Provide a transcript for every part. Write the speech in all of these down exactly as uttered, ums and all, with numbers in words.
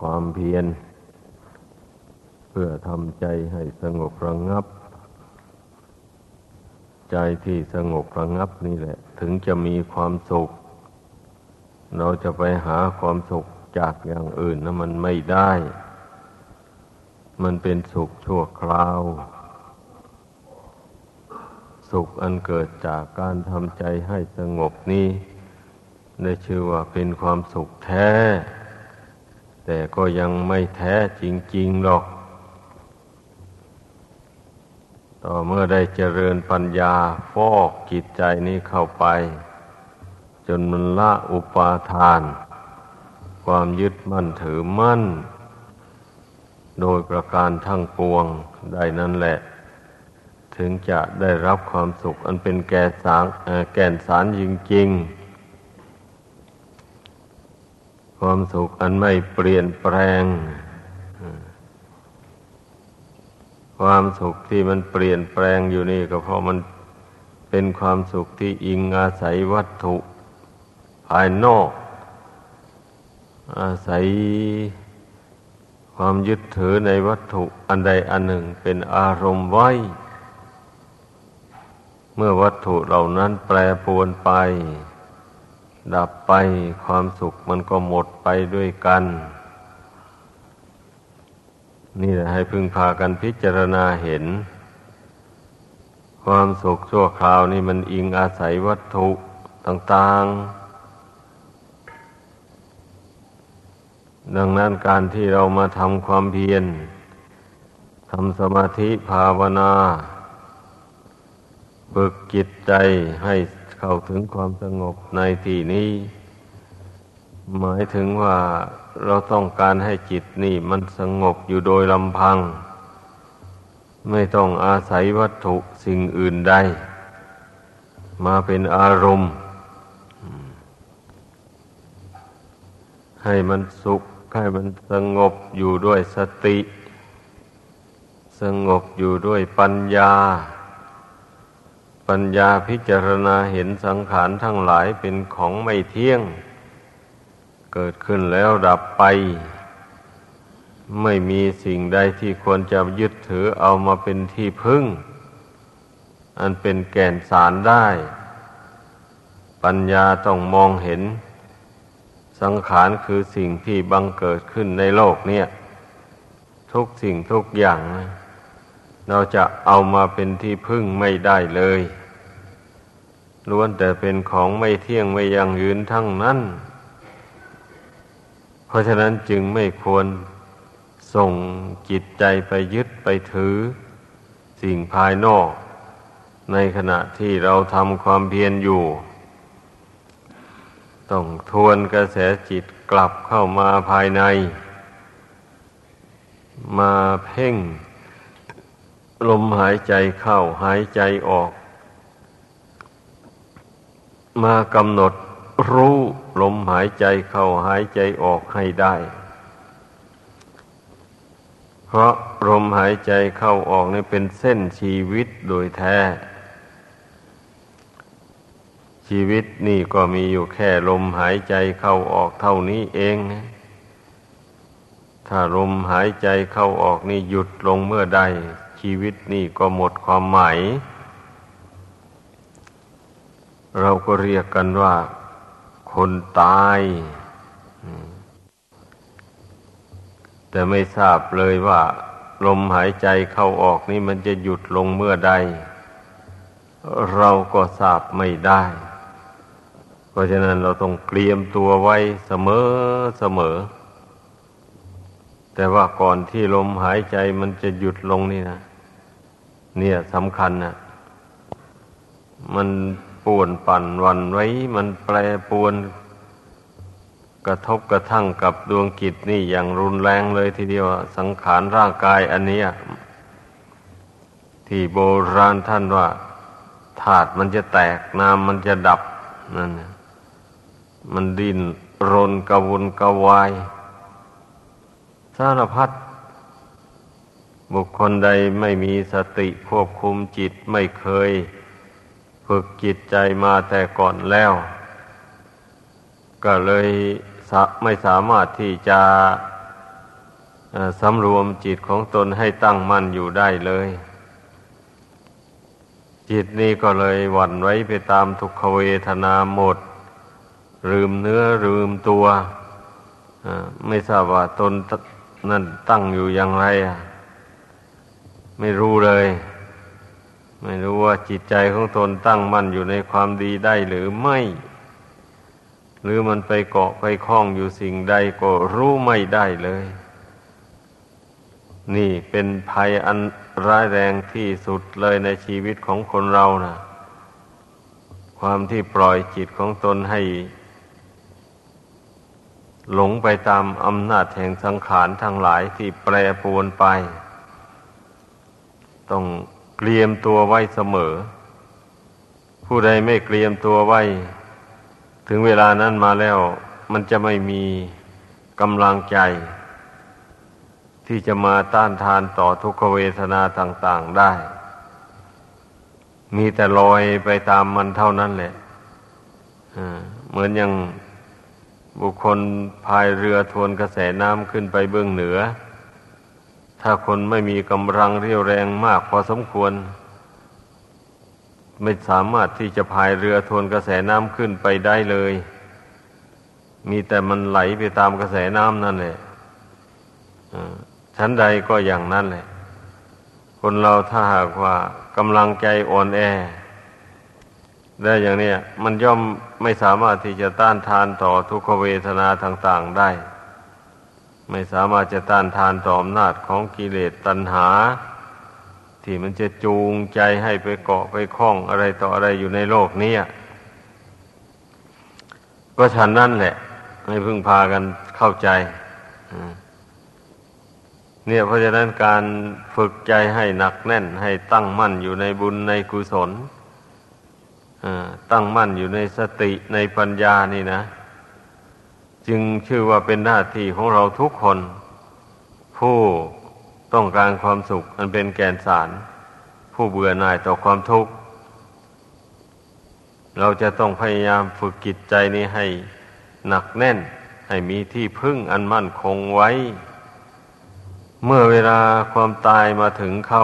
ความเพียรเพื่อทำใจให้สงบระงับใจที่สงบระงับนี่แหละถึงจะมีความสุขเราจะไปหาความสุขจากอย่างอื่นนะมันไม่ได้มันเป็นสุขชั่วคราวสุขอันเกิดจากการทำใจให้สงบนี้ได้ชื่อว่าเป็นความสุขแท้แต่ก็ยังไม่แท้จริงๆหรอกต่อเมื่อได้เจริญปัญญาฟอกจิตใจนี้เข้าไปจนมันละอุปาทานความยึดมั่นถือมั่นโดยประการทั้งปวงได้นั่นแหละถึงจะได้รับความสุขอันเป็นแก่สารแก่นสารจริงๆความสุขอันไม่เปลี่ยนแปลงความสุขที่มันเปลี่ยนแปลงอยู่นี่ก็เพราะมันเป็นความสุขที่อิงอาศัยวัตถุภายนอกอาศัยความยึดถือในวัตถุอันใดอันหนึ่งเป็นอารมณ์ไว้เมื่อวัตถุเหล่านั้นแปรปรวนไปดับไปความสุขมันก็หมดไปด้วยกันนี่แหละให้พึงพากันพิจารณาเห็นความสุขชั่วคราวนี่มันอิงอาศัยวัตถุต่างๆดังนั้นการที่เรามาทำความเพียรทำสมาธิภาวนาฝึกจิตใจให้เข้าถึงความสงบในที่นี้หมายถึงว่าเราต้องการให้จิตนี่มันสงบอยู่โดยลำพังไม่ต้องอาศัยวัตถุสิ่งอื่นใดมาเป็นอารมณ์ให้มันสุขให้มันสงบอยู่ด้วยสติสงบอยู่ด้วยปัญญาปัญญาพิจารณาเห็นสังขารทั้งหลายเป็นของไม่เที่ยงเกิดขึ้นแล้วดับไปไม่มีสิ่งใดที่ควรจะยึดถือเอามาเป็นที่พึ่งอันเป็นแก่นสารได้ปัญญาต้องมองเห็นสังขารคือสิ่งที่บังเกิดขึ้นในโลกเนี่ยทุกสิ่งทุกอย่างเราจะเอามาเป็นที่พึ่งไม่ได้เลยล้วนแต่เป็นของไม่เที่ยงไม่ยั่งยืนทั้งนั้นเพราะฉะนั้นจึงไม่ควรส่งจิตใจไปยึดไปถือสิ่งภายนอกในขณะที่เราทำความเพียรอยู่ต้องทวนกระแสจิตกลับเข้ามาภายในมาเพ่งลมหายใจเข้าหายใจออกมากำหนดรู้ลมหายใจเข้าหายใจออกให้ได้เพราะลมหายใจเข้าออกนี่เป็นเส้นชีวิตโดยแท้ชีวิตนี่ก็มีอยู่แค่ลมหายใจเข้าออกเท่านี้เองถ้าลมหายใจเข้าออกนี่หยุดลงเมื่อใดชีวิตนี่ก็หมดความหมายเราก็เรียกกันว่าคนตายแต่ไม่ทราบเลยว่าลมหายใจเข้าออกนี่มันจะหยุดลงเมื่อใดเราก็ทราบไม่ได้เพราะฉะนั้นเราต้องเตรียมตัวไว้เสมอเสมอแต่ว่าก่อนที่ลมหายใจมันจะหยุดลงนี่นะเนี่ยสำคัญนะมันป่วนปั่นหวั่นไหวมันแปรปรวนกระทบกระทั่งกับดวงจิตนี่อย่างรุนแรงเลยทีเดียวสังขารร่างกายอันนี้ที่โบราณท่านว่าธาตุมันจะแตกน้ำมันจะดับนั่นมันดิ้นรนกระวนกระวายสารพัดบุคคลใดไม่มีสติควบคุมจิตไม่เคยฝึกจิตใจมาแต่ก่อนแล้วก็เลยไม่สามารถที่จะสำรวมจิตของตนให้ตั้งมั่นอยู่ได้เลยจิตนี้ก็เลยหวั่นไหวไปตามทุกขเวทนาหมดลืมเนื้อลืมตัวไม่ทราบว่าตนนั่นตั้งอยู่อย่างไรไม่รู้เลยไม่รู้ว่าจิตใจของตนตั้งมั่นอยู่ในความดีได้หรือไม่หรือมันไปเกาะไปคล้องอยู่สิ่งใดก็รู้ไม่ได้เลยนี่เป็นภัยอันร้ายแรงที่สุดเลยในชีวิตของคนเรานะความที่ปล่อยจิตของตนให้หลงไปตามอำนาจแห่งสังขารทั้งหลายที่แปรปรวนไปต้องเตรียมตัวไว้เสมอผู้ใดไม่เตรียมตัวไว้ถึงเวลานั้นมาแล้วมันจะไม่มีกำลังใจที่จะมาต้านทานต่อทุกขเวทนาต่างๆได้มีแต่ลอยไปตามมันเท่านั้นแหละเหมือนอย่างบุคคลพายเรือทวนกระแสน้ำขึ้นไปเบื้องเหนือถ้าคนไม่มีกำลังเรี่ยวแรงมากพอสมควรไม่สามารถที่จะพายเรือทวนกระแสน้ำขึ้นไปได้เลยมีแต่มันไหลไปตามกระแสน้ำนั่นแหละชั้นใดก็อย่างนั้นแหละคนเราถ้าหากว่ากำลังใจอ่อนแอได้อย่างนี้มันย่อมไม่สามารถที่จะต้านทานต่อทุกขเวทนาต่างๆได้ไม่สามารถจะต้านทานต่ออำนาจของกิเลสตัณหาที่มันจะจูงใจให้ไปเกาะไปคล้องอะไรต่ออะไรอยู่ในโลกนี้ก็ฉันนั่นแหละให้พึ่งพากันเข้าใจเนี่ยเพราะฉะนั้นการฝึกใจให้หนักแน่นให้ตั้งมั่นอยู่ในบุญในกุศลตั้งมั่นอยู่ในสติในปัญญานี่นะจึงชื่อว่าเป็นหน้าที่ของเราทุกคนผู้ต้องการความสุขอันเป็นแก่นสารผู้เบื่อหน่ายต่อความทุกข์เราจะต้องพยายามฝึกจิตใจนี้ให้หนักแน่นให้มีที่พึ่งอันมั่นคงไว้เมื่อเวลาความตายมาถึงเข้า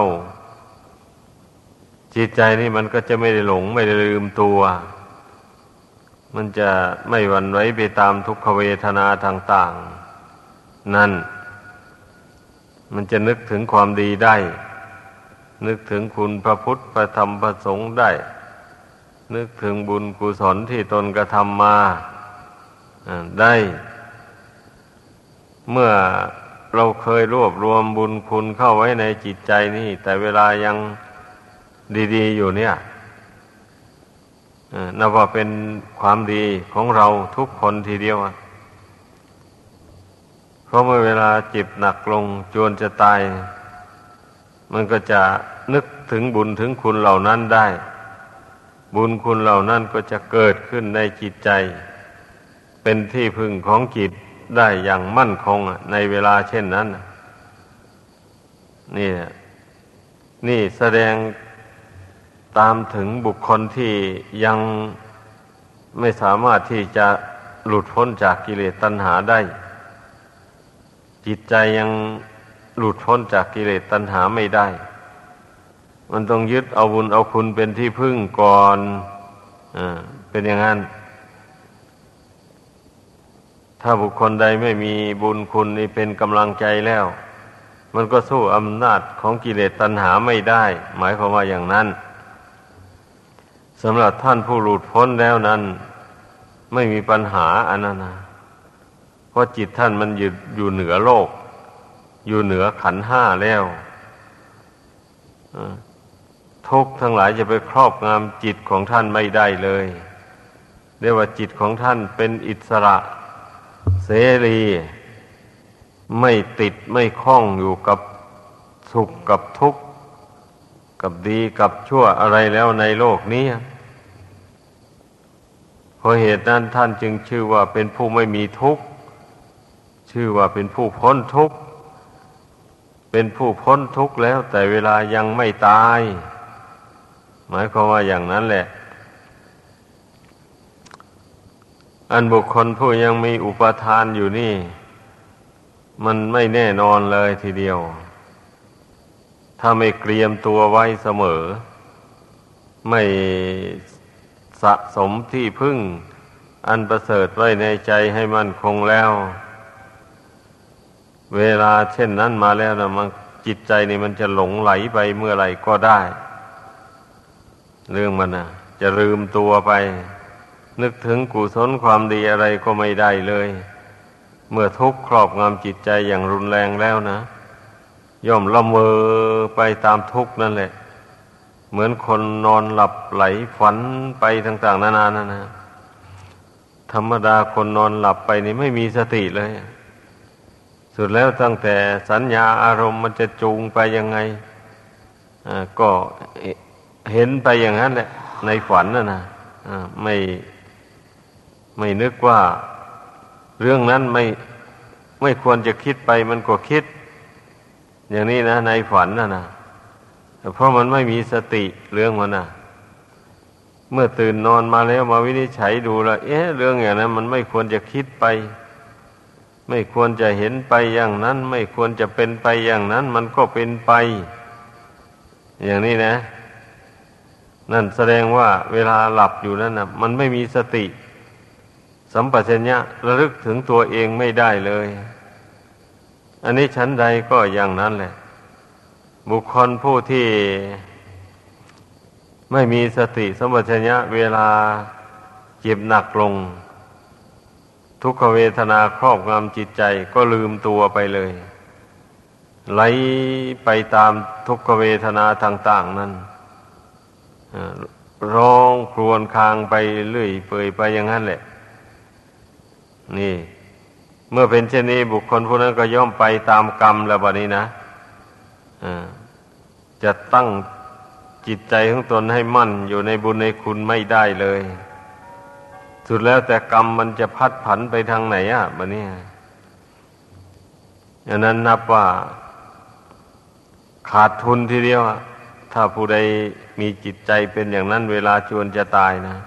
จิตใจนี่มันก็จะไม่ได้หลงไม่ได้ลืมตัวมันจะไม่หวั่นไหวไปตามทุกขเวทนาต่างๆนั่นมันจะนึกถึงความดีได้นึกถึงคุณพระพุทธพระธรรมพระสงฆ์ได้นึกถึงบุญกุศลที่ตนกระทำมาได้เมื่อเราเคยรวบรวมบุญคุณเข้าไว้ในจิตใจนี่แต่เวลายังดีๆอยู่เนี่ยนับว่าเป็นความดีของเราทุกคนทีเดียวเพราะเมื่อเวลาจิตหนักลงจวนจะตายมันก็จะนึกถึงบุญถึงคุณเหล่านั้นได้บุญคุณเหล่านั้นก็จะเกิดขึ้นในจิตใจเป็นที่พึ่งของจิตได้อย่างมั่นคงในเวลาเช่นนั้นนี่นี่แสดงตามถึงบุคคลที่ยังไม่สามารถที่จะหลุดพ้นจากกิเลสตัณหาได้จิตใจยังหลุดพ้นจากกิเลสตัณหาไม่ได้มันต้องยึดเอาบุญเอาคุณเป็นที่พึ่งก่อนอ่าเป็นอย่างนั้นถ้าบุคคลใดไม่มีบุญคุณนี่เป็นกำลังใจแล้วมันก็สู้อำนาจของกิเลสตัณหาไม่ได้หมายความว่าอย่างนั้นสำหรับท่านผู้หลุดพ้นแล้วนั้นไม่มีปัญหาอันนั้นนะเพราะจิตท่านมันอยู่อยู่เหนือโลกอยู่เหนือขันธ์ห้าแล้วทุกข์ทั้งหลายจะไปครอบงำจิตของท่านไม่ได้เลยเรียกว่าจิตของท่านเป็นอิสระเสรีไม่ติดไม่คล้องอยู่กับสุขกับทุกข์กับดีกับชั่วอะไรแล้วในโลกนี้เพราะเหตุนั้นท่านจึงชื่อว่าเป็นผู้ไม่มีทุกข์ชื่อว่าเป็นผู้พ้นทุกข์เป็นผู้พ้นทุกข์แล้วแต่เวลายังไม่ตายหมายความว่าอย่างนั้นแหละอันบุคคลผู้ยังมีอุปทานอยู่นี่มันไม่แน่นอนเลยทีเดียว ถ้าไม่เตรียมตัวไว้เสมอไม่สะสมที่พึ่งอันประเสริฐไว้ในใจให้มั่นคงแล้วเวลาเช่นนั้นมาแล้วนะมันจิตใจนี่มันจะหลงไหลไปเมื่อไหร่ก็ได้เรื่องมันนะจะลืมตัวไปนึกถึงกุศลความดีอะไรก็ไม่ได้เลยเมื่อทุกข์ครอบงำจิตใจอย่างรุนแรงแล้วนะย่อมละเมอไปตามทุกข์นั่นแหละเหมือนคนนอนหลับไหลฝันไปต่างๆนานานั่นนะธรรมดาคนนอนหลับไปนี่ไม่มีสติเลยสุดแล้วตั้งแต่สัญญาอารมณ์มันจะจูงไปยังไงอ่าก็เห็นไปอย่างนั้นแหละในฝันน่ะนะอ่าไม่ไม่นึกว่าเรื่องนั้นไม่ไม่ควรจะคิดไปมันก็คิดอย่างนี้นะในฝันน่ะนะเพราะมันไม่มีสติเรื่องมันน่ะเมื่อตื่นนอนมาแล้วมาวินิจฉัยดูแล้วเอ๊ะเรื่องอย่างนั้นมันไม่ควรจะคิดไปไม่ควรจะเห็นไปอย่างนั้นไม่ควรจะเป็นไปอย่างนั้นมันก็เป็นไปอย่างนี้นะนั่นแสดงว่าเวลาหลับอยู่นั้นน่ะมันไม่มีสติสัมปชัญญะระลึกถึงตัวเองไม่ได้เลยอันนี้ชั้นใดก็อย่างนั้นแหละบุคคลผู้ที่ไม่มีสติสัมปชัญญะเวลาเจ็บหนักลงทุกขเวทนาครอบงำจิตใจก็ลืมตัวไปเลยไหลไปตามทุกขเวทนาต่างๆนั้นร้องครวญครางไปเรื่อยเปื่อยไปอย่างนั้นแหละนี่เมื่อเป็นเช่นนี้บุคคลผู้นั้นก็ย่อมไปตามกรรมแล้วบัดนี้นะจะตั้งจิตใจของตนให้มั่นอยู่ในบุญในคุณไม่ได้เลยสุดแล้วแต่กรรมมันจะพัดผันไปทางไหนอ่ะบัดนี้อันนั้นนับว่าขาดทุนทีเดียวถ้าผู้ใดมีจิตใจเป็นอย่างนั้นเวลาจวนจะตายนะ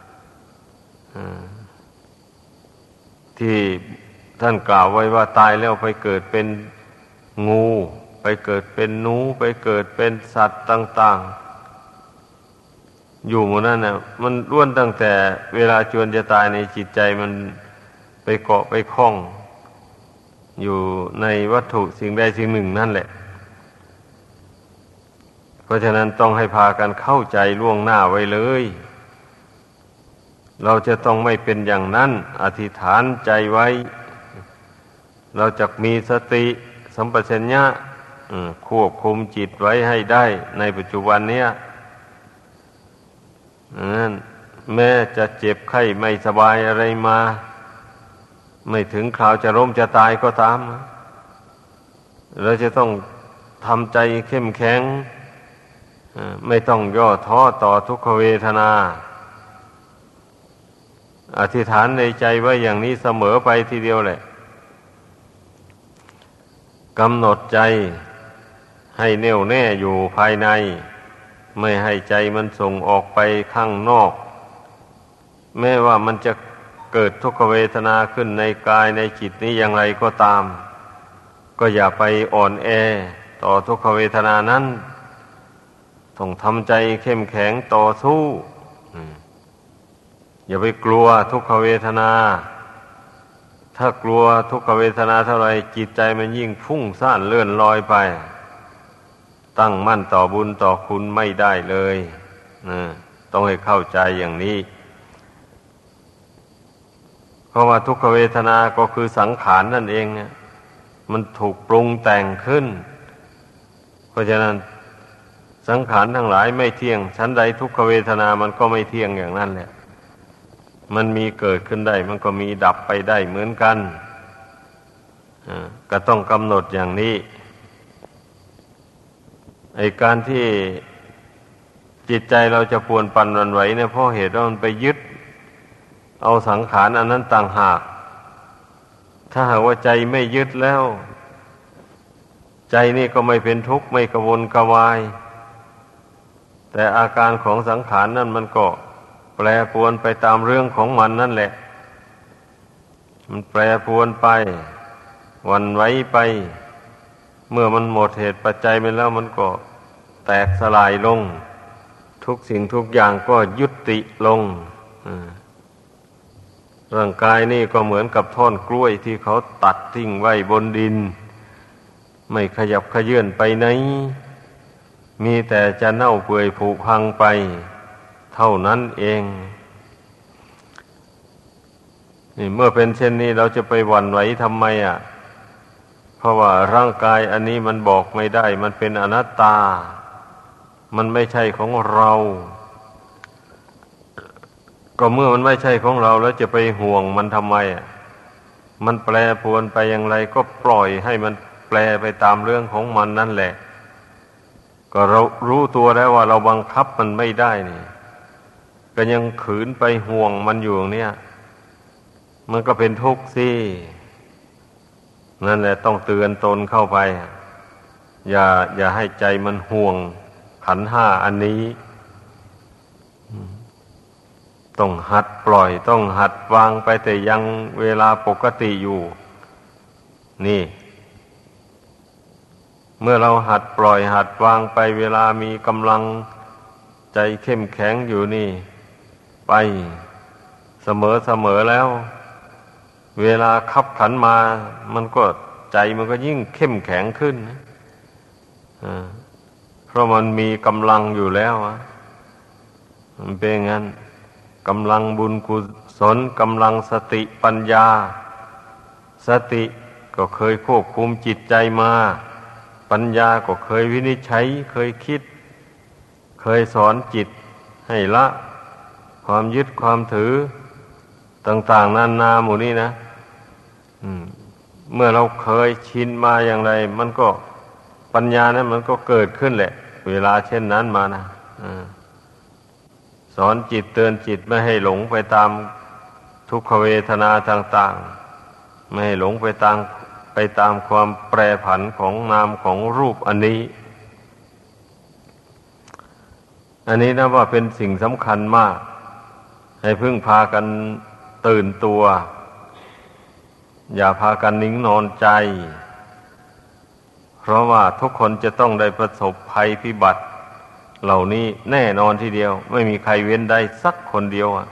ที่ท่านกล่าวไว้ว่าตายแล้วไปเกิดเป็นงูไปเกิดเป็นหนูไปเกิดเป็นสัตว์ต่างๆอยู่หมู่นั้นน่ะมันล้วนตั้งแต่เวลาจวนจะตายในจิตใจมันไปเกาะไปคล้องอยู่ในวัตถุสิ่งใดสิ่งหนึ่งนั่นแหละเพราะฉะนั้นต้องให้พากันเข้าใจล่วงหน้าไว้เลยเราจะต้องไม่เป็นอย่างนั้นอธิษฐานใจไว้เราจะมีสติสัมปชัญญะควบคุมจิตไว้ให้ได้ในปัจจุบันเนี้ยแม้จะเจ็บไข้ไม่สบายอะไรมาไม่ถึงคราวจะล้มจะตายก็ตามเราจะต้องทำใจเข้มแข็งไม่ต้องย่อท้อต่อทุกขเวทนาอธิษฐานในใจไว้อย่างนี้เสมอไปทีเดียวแหละกำหนดใจให้แน่วแน่อยู่ภายในไม่ให้ใจมันส่งออกไปข้างนอกแม้ว่ามันจะเกิดทุกขเวทนาขึ้นในกายในจิตนี้อย่างไรก็ตามก็อย่าไปอ่อนแอต่อทุกขเวทนานั้นต้องทำใจเข้มแข็งต่อสู้อย่าไปกลัวทุกขเวทนาถ้ากลัวทุกขเวทนาเท่าไรจิตใจมันยิ่งฟุ้งซ่านเลื่อนลอยไปตั้งมั่นต่อบุญต่อคุณไม่ได้เลยนะต้องให้เข้าใจอย่างนี้เพราะว่าทุกขเวทนาก็คือสังขารนั่นเองเนี่ยมันถูกปรุงแต่งขึ้นเพราะฉะนั้นสังขารทั้งหลายไม่เที่ยงชั้นใดทุกขเวทนามันก็ไม่เที่ยงอย่างนั้นแหละมันมีเกิดขึ้นได้มันก็มีดับไปได้เหมือนกันก็ต้องกำหนดอย่างนี้ไอ้การที่จิตใจเราจะปวนปั่นหวั่นไหวเนี่ยเพราะเหตุว่ามันไปยึดเอาสังขารอันนั้นต่างหากถ้าหากว่าใจไม่ยึดแล้วใจนี่ก็ไม่เป็นทุกข์ไม่กระวนกระวายแต่อาการของสังขารนั่นมันก็แปรปรวนไปตามเรื่องของมันนั่นแหละมันแปรปรวนไปหวั่นไหวไปเมื่อมันหมดเหตุปัจจัยไปแล้วมันก็แตกสลายลงทุกสิ่งทุกอย่างก็ยุติลงร่างกายนี่ก็เหมือนกับท่อนกล้วยที่เขาตัดทิ้งไว้บนดินไม่ขยับเขยื้อนไปไหนมีแต่จะเน่าเปื่อยผุพังไปเท่านั้นเองนี่เมื่อเป็นเช่นนี้เราจะไปหวั่นไหวทำไมอ่ะเพราะว่าร่างกายอันนี้มันบอกไม่ได้มันเป็นอนัตตามันไม่ใช่ของเราก็เมื่อมันไม่ใช่ของเราแล้วจะไปห่วงมันทำไมอ่ะมันแปรปรวนไปอย่างไรก็ปล่อยให้มันแปรไปตามเรื่องของมันนั่นแหละก็เรารู้ตัวแล้วว่าเราบังคับมันไม่ได้นี่ก็ยังขืนไปห่วงมันอยู่เนี่ยมันก็เป็นทุกข์สินั่นแหละต้องเตือนตนเข้าไปอย่าอย่าให้ใจมันห่วงขันธ์ห้าอันนี้ต้องหัดปล่อยต้องหัดวางไปแต่ยังเวลาปกติอยู่นี่เมื่อเราหัดปล่อยหัดวางไปเวลามีกำลังใจเข้มแข็งอยู่นี่ไปเสมอเสมอแล้วเวลาคับขันมามันก็ใจมันก็ยิ่งเข้มแข็งขึ้นอ่าเพราะมันมีกำลังอยู่แล้วอ่ะมันเป็นงั้นกำลังบุญกุศลกำลังสติปัญญาสติก็เคยควบคุมจิตใจมาปัญญาก็เคยวินิจฉัยเคยคิดเคยสอนจิตให้ละความยึดความถือต่างๆนานาหมู่นี้นะเมื่อเราเคยชินมาอย่างไรมันก็ปัญญานั้นมันก็เกิดขึ้นแหละเวลาเช่นนั้นมานะสอนจิตเตือนจิตไม่ให้หลงไปตามทุกขเวทนาต่างๆไม่ให้หลงไปตามไปตามความแปรผันของนามของรูปอันนี้อันนี้นะว่าเป็นสิ่งสำคัญมากให้พึ่งพากันตื่นตัวอย่าพากันนิ่งนอนใจเพราะว่าทุกคนจะต้องได้ประสบภัยพิบัติเหล่านี้แน่นอนทีเดียวไม่มีใครเว้นได้สักคนเดียวอ่ะ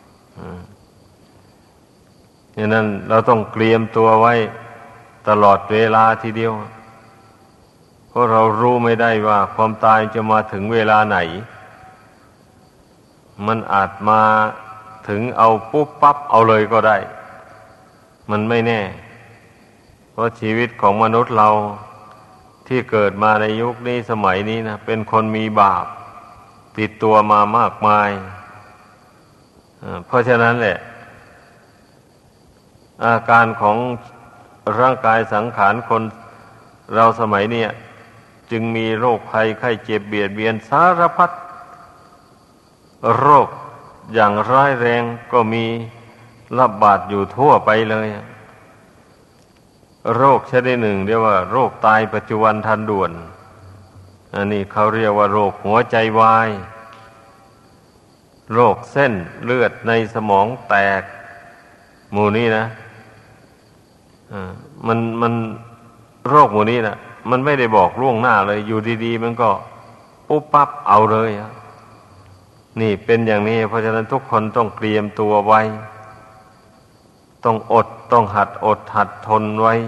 ดังนั้นเราต้องเตรียมตัวไว้ตลอดเวลาทีเดียวเพราะเรารู้ไม่ได้ว่าความตายจะมาถึงเวลาไหนมันอาจมาถึงเอาปุ๊บปั๊บเอาเลยก็ได้มันไม่แน่เพราะชีวิตของมนุษย์เราที่เกิดมาในยุคนี้สมัยนี้นะเป็นคนมีบาปติดตัวมามากมายเพราะฉะนั้นแหละอาการของร่างกายสังขารคนเราสมัยนี้จึงมีโรคภัยไข้เจ็บเบียดเบียนสารพัดโรคอย่างร้ายแรงก็มีระบาดอยู่ทั่วไปเลยโรคชนิดหนึ่งเรียกว่าโรคตายปัจจุบันทันด่วนอันนี้เขาเรียกว่าโรคหัวใจวายโรคเส้นเลือดในสมองแตกหมู่นี้นะอ่ามันมันโรคหมู่นี้นะมันไม่ได้บอกล่วงหน้าเลยอยู่ดีๆมันก็ปุ๊บปั๊บเอาเลยอ่ะนี่เป็นอย่างนี้เพราะฉะนั้นทุกคนต้องเตรียมตัวไว้ต้องอดต้องหัดอดหัดทนไว้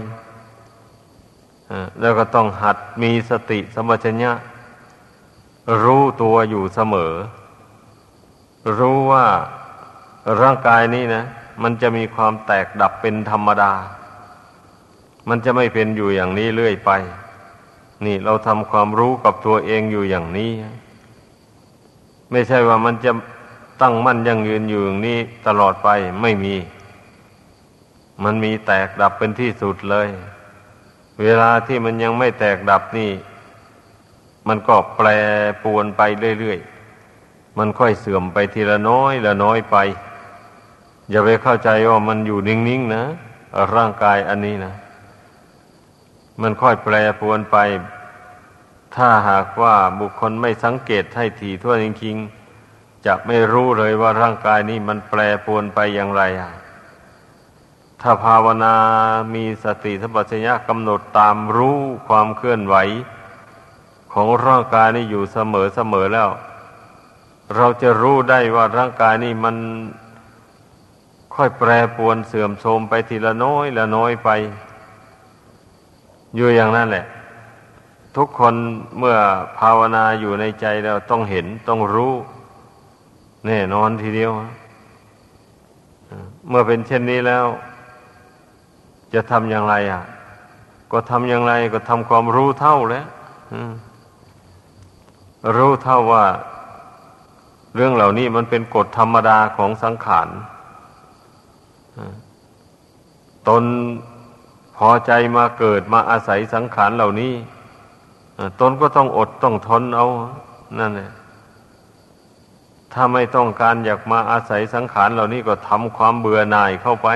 แล้วก็ต้องหัดมีสติสัมปชัญญะรู้ตัวอยู่เสมอรู้ว่าร่างกายนี้นะมันจะมีความแตกดับเป็นธรรมดามันจะไม่เป็นอยู่อย่างนี้เรื่อยไปนี่เราทำความรู้กับตัวเองอยู่อย่างนี้ไม่ใช่ว่ามันจะตั้งมั่นยั่งยืนอยู่อย่างนี้ตลอดไปไม่มีมันมีแตกดับเป็นที่สุดเลยเวลาที่มันยังไม่แตกดับนี่มันก็แปรปรวนไปเรื่อยๆมันค่อยเสื่อมไปทีละน้อยละน้อยไปอย่าไปเข้าใจว่ามันอยู่นิ่งๆนะร่างกายอันนี้นะมันค่อยแปรปรวนไปถ้าหากว่าบุคคลไม่สังเกตให้ถี่ถ้วนจริงๆจะไม่รู้เลยว่าร่างกายนี้มันแปรปรวนไปอย่างไรอ่ะถ้าภาวนามีสติสัมปชัญญะกำหนดตามรู้ความเคลื่อนไหวของร่างกายนี่อยู่เสมอเสมอแล้วเราจะรู้ได้ว่าร่างกายนี่มันค่อยแปรปรวนเสื่อมโทรมไปทีละน้อยละน้อยไปอยู่อย่างนั้นแหละทุกคนเมื่อภาวนาอยู่ในใจแล้วต้องเห็นต้องรู้แน่นอนทีเดียวเมื่อเป็นเช่นนี้แล้วจะทำอย่างไรอ่ะก็ทำอย่างไรก็ทำความรู้เท่าแล้วรู้เท่าว่าเรื่องเหล่านี้มันเป็นกฎธรรมดาของสังขารตนพอใจมาเกิดมาอาศัยสังขารเหล่านี้ตนก็ต้องอดต้องทนเอานั่นแหละถ้าไม่ต้องการอยากมาอาศัยสังขารเหล่านี้ก็ทำความเบื่อหน่ายเข้าไป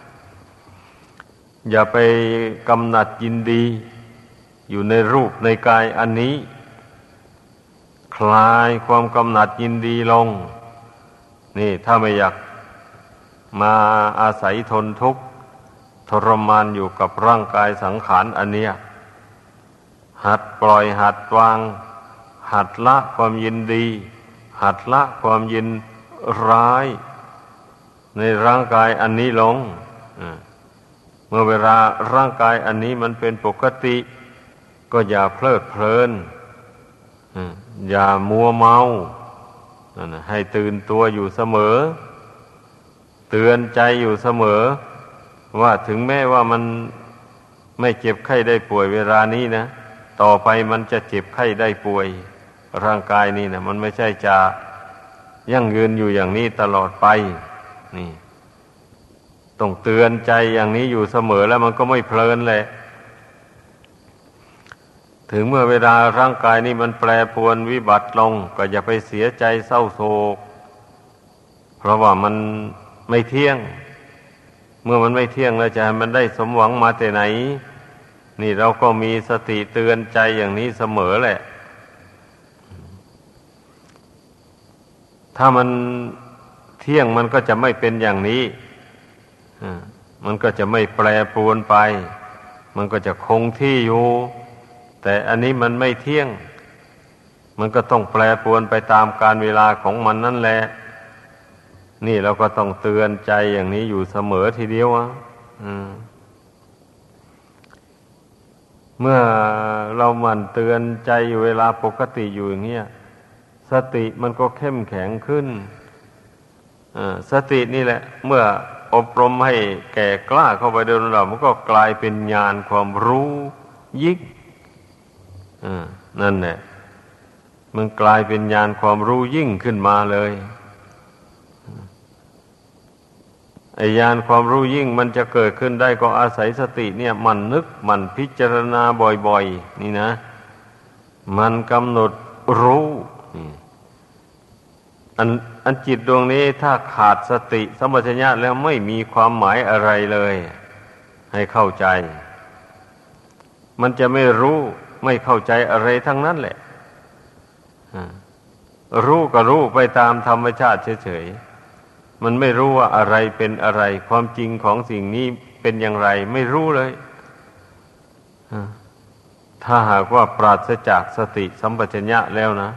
อย่าไปกำหนัดยินดีอยู่ในรูปในกายอันนี้คลายความกำหนัดยินดีลงนี่ถ้าไม่อยากมาอาศัยทนทุกข์ทรมานอยู่กับร่างกายสังขารอันเนี้ยหัดปล่อยหัดวางหัดละความยินดีหัดละความยินร้ายในร่างกายอันนี้ลงเมื่อเวลาร่างกายอันนี้มันเป็นปกติก็อย่าเพลิดเพลินอย่ามัวเมาให้ตื่นตัวอยู่เสมอเตือนใจอยู่เสมอว่าถึงแม้ว่ามันไม่เจ็บไข้ได้ป่วยเวลานี้นะต่อไปมันจะเจ็บไข้ได้ป่วยร่างกายนี่นะมันไม่ใช่จะยั่งยืนอยู่อย่างนี้ตลอดไปนี่ต้องเตือนใจอย่างนี้อยู่เสมอแล้วมันก็ไม่เพลินแหละถึงเมื่อเวลาร่างกายนี้มันแปรปรวนวิบัติลงก็อย่าไปเสียใจเศร้าโศกเพราะว่ามันไม่เที่ยงเมื่อมันไม่เที่ยงแล้วจะให้มันได้สมหวังมาแต่ไหนนี่เราก็มีสติเตือนใจอย่างนี้เสมอแหละถ้ามันเที่ยงมันก็จะไม่เป็นอย่างนี้มันก็จะไม่แปรปรวนไปมันก็จะคงที่อยู่แต่อันนี้มันไม่เที่ยงมันก็ต้องแปรปรวนไปตามกาลเวลาของมันนั่นแหละนี่เราก็ต้องเตือนใจอย่างนี้อยู่เสมอทีเดียวอ่ะเมื่อเราหมั่นเตือนใจอยู่เวลาปกติอยู่อย่างเงี้ยสติมันก็เข้มแข็งขึ้นสตินี่แหละเมื่ออบรมให้แก่กล้าเข้าไปโดยลำดับมันก็กลายเป็นญาณความรู้ยิ่งนั่นแหละมันกลายเป็นญาณความรู้ยิ่งขึ้นมาเลยไอ้ญาณความรู้ยิ่งมันจะเกิดขึ้นได้ก็อาศัยสติเนี่ยมันนึกมันพิจารณาบ่อยๆนี่นะมันกำหนดรู้อันอันจิตดวงนี้ถ้าขาดสติสัมปชัญญะแล้วไม่มีความหมายอะไรเลยให้เข้าใจมันจะไม่รู้ไม่เข้าใจอะไรทั้งนั้นแหละรู้ก็รู้ไปตามธรรมชาติเฉยๆมันไม่รู้ว่าอะไรเป็นอะไรความจริงของสิ่งนี้เป็นอย่างไรไม่รู้เลยถ้าหากว่าปราศจากสติสัมปชัญญะแล้วนะ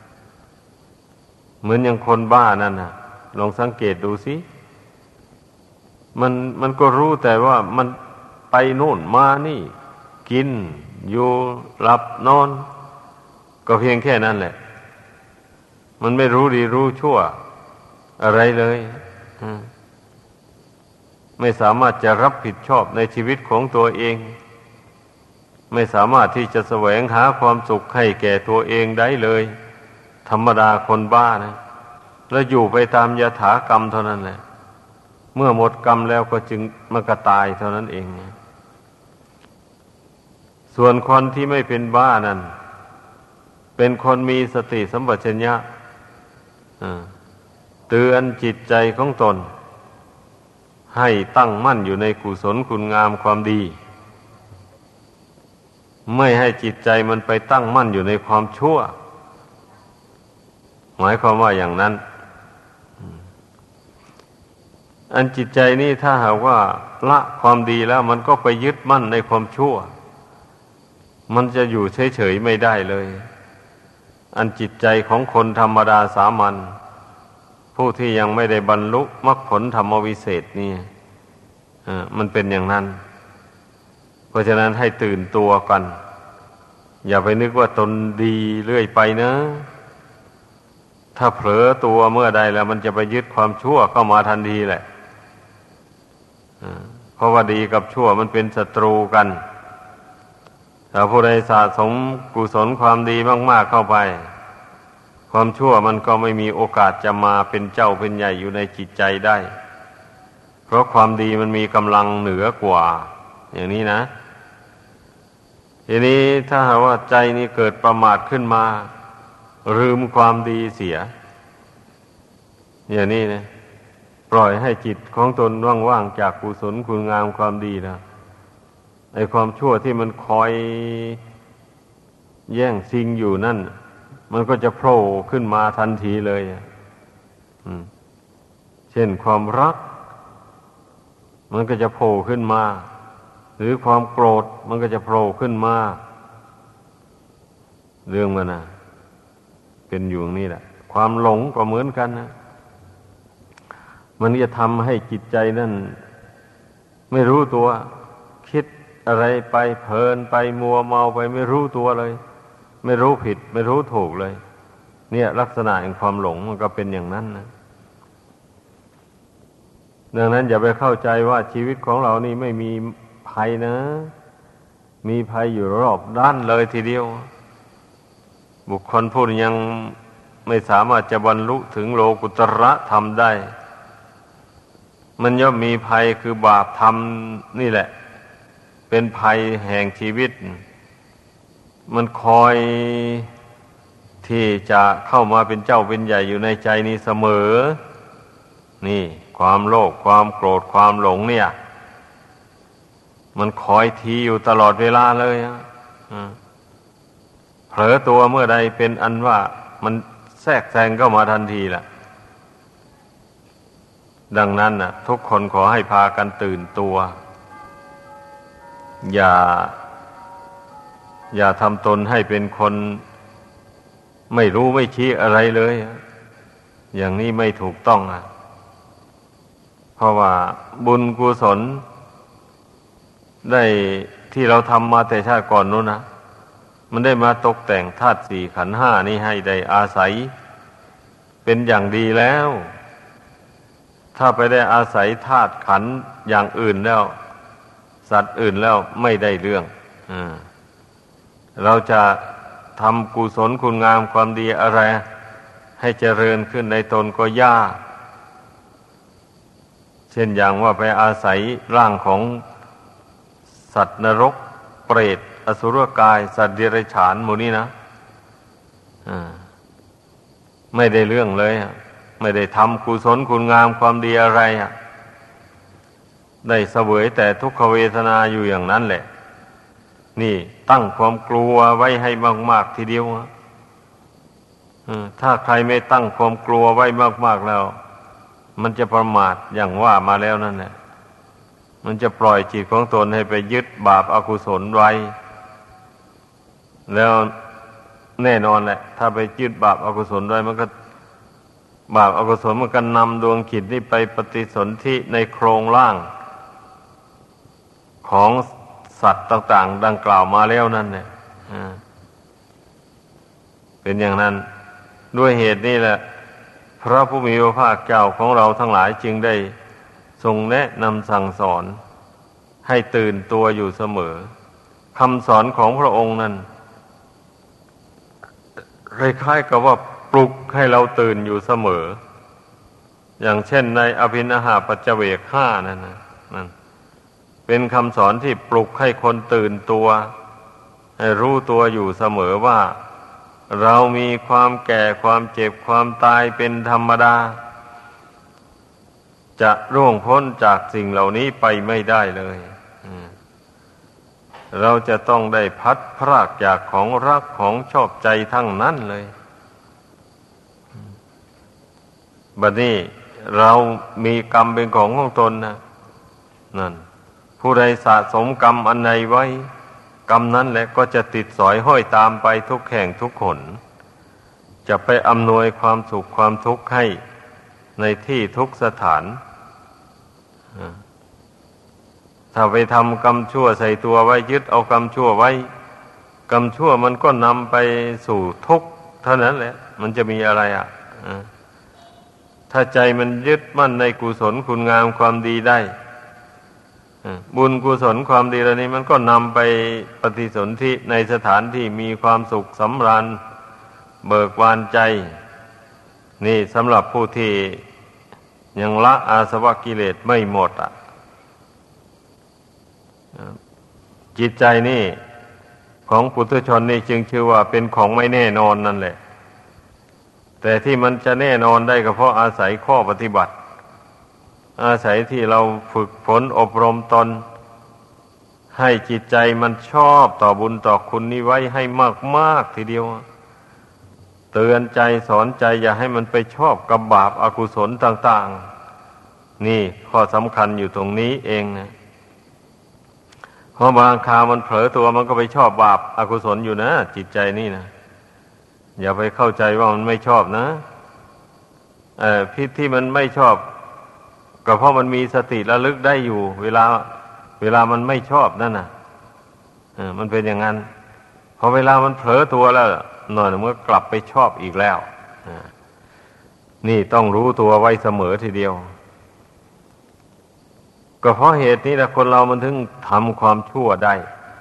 เหมือนอย่างคนบ้านั่นนะลองสังเกตดูสิมันมันก็รู้แต่ว่ามันไปโน่นมานี่กินอยู่หลับนอนก็เพียงแค่นั้นแหละมันไม่รู้ดีรู้ชั่วอะไรเลยไม่สามารถจะรับผิดชอบในชีวิตของตัวเองไม่สามารถที่จะแสวงหาความสุขให้แก่ตัวเองได้เลยธรรมดาคนบ้านะแล้วอยู่ไปตามยถากรรมเท่านั้นแหละเมื่อหมดกรรมแล้วก็จึงมันก็ตายเท่านั้นเองส่วนคนที่ไม่เป็นบ้านั่นเป็นคนมีสติสัมปชัญญะเตือนจิตใจของตนให้ตั้งมั่นอยู่ในกุศลคุณงามความดีไม่ให้จิตใจมันไปตั้งมั่นอยู่ในความชั่วหมายความว่าอย่างนั้นอันจิตใจนี่ถ้าหากว่าละความดีแล้วมันก็ไปยึดมั่นในความชั่วมันจะอยู่เฉยๆไม่ได้เลยอันจิตใจของคนธรรมดาสามัญผู้ที่ยังไม่ได้บรรลุมรรคผลธรรมวิเศษนี่อ่ามันเป็นอย่างนั้นเพราะฉะนั้นให้ตื่นตัวกันอย่าไปนึกว่าตนดีเรื่อยไปนะถ้าเผลอตัวเมื่อใดแล้วมันจะไปยึดความชั่วเข้ามาทันทีแหละเพราะว่าดีกับชั่วมันเป็นศัตรูกันถ้าผู้ใดสะสมกุศลความดีมากๆเข้าไปความชั่วมันก็ไม่มีโอกาสจะมาเป็นเจ้าเป็นใหญ่อยู่ในจิตใจได้เพราะความดีมันมีกำลังเหนือกว่าอย่างนี้นะทีนี้ถ้าหากว่าใจนี้เกิดประมาทขึ้นมาลืมความดีเสียอย่างนี้นะปล่อยให้จิตของตนว่างๆจากกุศลคุณงามความดีนะไอ้ความชั่วที่มันคอยแย่งชิงอยู่นั่นมันก็จะโผล่ขึ้นมาทันทีเลยอืมเช่นความรักมันก็จะโผล่ขึ้นมาหรือความโกรธมันก็จะโผล่ขึ้นมาเรื่องมันนะเป็นอยู่นี่แหละความหลงก็เหมือนกันนะมันจะทำให้จิตใจนั่นไม่รู้ตัวคิดอะไรไปเพลินไปมัวเมาไปไม่รู้ตัวเลยไม่รู้ผิดไม่รู้ถูกเลยเนี่ยลักษณะแห่งความหลงมันก็เป็นอย่างนั้นนะดังนั้นอย่าไปเข้าใจว่าชีวิตของเรานี่ไม่มีภัยนะมีภัยอยู่รอบด้านเลยทีเดียวบุคคลผู้ยังไม่สามารถจะบรรลุถึงโลกุตระธรรมได้มันย่อมมีภัยคือบาปธรรมนี่แหละเป็นภัยแห่งชีวิตมันคอยที่จะเข้ามาเป็นเจ้าเป็นใหญ่อยู่ในใจนี้เสมอนี่ความโลภความโกรธความหลงเนี่ยมันคอยทีอยู่ตลอดเวลาเลยอ่ะเผลอตัวเมื่อใดเป็นอันว่ามันแทรกแซงเข้ามาทันทีแหละดังนั้นน่ะทุกคนขอให้พากันตื่นตัวอย่าอย่าทำตนให้เป็นคนไม่รู้ไม่ชี้อะไรเลยอย่างนี้ไม่ถูกต้องอ่ะเพราะว่าบุญกุศลได้ที่เราทำมาแต่ชาติก่อนนู้นนะมันได้มาตกแต่งธาตุสี่ขันธ์ห้านี้ให้ได้อาศัยเป็นอย่างดีแล้วถ้าไปได้อาศัยธาตุขันธ์อย่างอื่นแล้วสัตว์อื่นแล้วไม่ได้เรื่องอ่าเราจะทำกุศลคุณงามความดีอะไรให้เจริญขึ้นในตนก็ยากเช่นอย่างว่าไปอาศัยร่างของสัตว์นรกเปรตอสุรกายสัตว์เดรัจฉานหมู่นี้นะอ่าไม่ได้เรื่องเลยไม่ได้ทำกุศลคุณงามความดีอะไรอ่ะได้เสวยแต่ทุกขเวทนาอยู่อย่างนั้นแหละนี่ตั้งความกลัวไว้ให้มากๆทีเดียวถ้าใครไม่ตั้งความกลัวไว้มากๆแล้วมันจะประมาทอย่างว่ามาแล้วนั่นแหละมันจะปล่อยจิตของตนให้ไปยึดบาปอกุศลไว้แล้วแน่นอนแหละถ้าไปยึดบาปอกุศลไว้มันก็บาปอกุศลมันก็นำดวงจิตนี้ไปปฏิสนธิในโครงร่างของสัตว์ต่างๆดังกล่าวมาแล้วนั่นเนี่ยเป็นอย่างนั้นด้วยเหตุนี้แหละพระผู้มีพระภาคเจ้าของเราทั้งหลายจึงได้ทรงแนะนำสั่งสอนให้ตื่นตัวอยู่เสมอคำสอนของพระองค์นั้นคล้ายๆกับว่าปลุกให้เราตื่นอยู่เสมออย่างเช่นในอภินหาปัจเจเวกห้านั่นนะนั่นเป็นคำสอนที่ปลุกให้คนตื่นตัวให้รู้ตัวอยู่เสมอว่าเรามีความแก่ความเจ็บความตายเป็นธรรมดาจะร่วงพ้นจากสิ่งเหล่านี้ไปไม่ได้เลยเราจะต้องได้พัดพรากจากของรักของชอบใจทั้งนั้นเลยบัดนี้เรามีกรรมเป็นของของตนนะนั่นผู้ใดสะสมกรรมอันใดไว้กรรมนั้นแหละก็จะติดสอยห้อยตามไปทุกแห่งทุกหนจะไปอำนวยความสุขความทุกข์ให้ในที่ทุกสถานถ้าไปทำกรรมชั่วใส่ตัวไว้ยึดเอากรรมชั่วไว้กรรมชั่วมันก็นำไปสู่ทุกข์เท่านั้นแหละมันจะมีอะไรอ่ะถ้าใจมันยึดมั่นในกุศลคุณงามความดีได้บุญกุศลความดีเหล่านี้มันก็นำไปปฏิสนธิในสถานที่มีความสุขสำราญเบิกบานใจนี่สำหรับผู้ที่ยังละอาสวะกิเลสไม่หมดอ่ะจิตใจนี่ของปุถุชนนี่จึงชื่อว่าเป็นของไม่แน่นอนนั่นแหละแต่ที่มันจะแน่นอนได้ก็เพราะอาศัยข้อปฏิบัติอาศัยที่เราฝึกฝนอบรมตนให้จิตใจมันชอบต่อบุญต่อคุณนี้ไว้ให้มากๆทีเดียวเตือนใจสอนใจอย่าให้มันไปชอบกับบาปอกุศลต่างๆนี่ข้อสำคัญอยู่ตรงนี้เองนะเพราะบางคราวมันเผลอตัวมันก็ไปชอบบาปอกุศลอยู่นะจิตใจนี่นะอย่าไปเข้าใจว่ามันไม่ชอบนะเอ่อพิษที่มันไม่ชอบก็เพราะมันมีสติระลึกได้อยู่เวลาเวลามันไม่ชอบนั่นน่ะเออมันเป็นอย่างนั้นพอเวลามันเผลอตัวแล้วหน่อยมันก็กลับไปชอบอีกแล้วนี่ต้องรู้ตัวไว้เสมอทีเดียวก็เพราะเหตุนี้แหละคนเรามันถึงทำความชั่วได้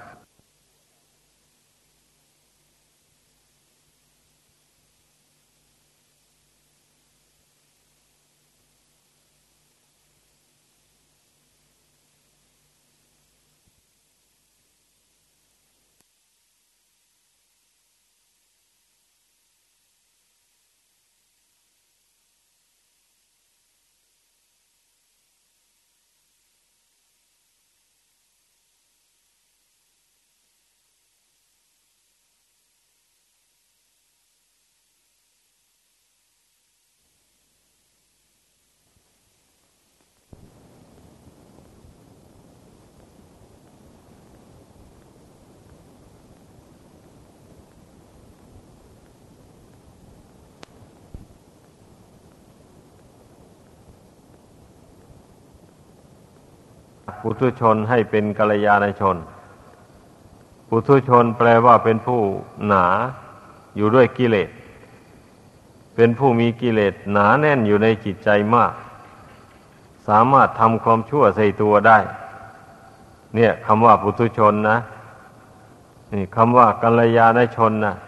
ปุถุชนให้เป็นกัลยาณชนปุถุชนแปลว่าเป็นผู้หนาอยู่ด้วยกิเลสเป็นผู้มีกิเลสหนาแน่นอยู่ในจิตใจมากสามารถทำความชั่วใส่ตัวได้เนี่ยคำว่าปุถุชนนะนี่คำว่ากัลยาณชนนะ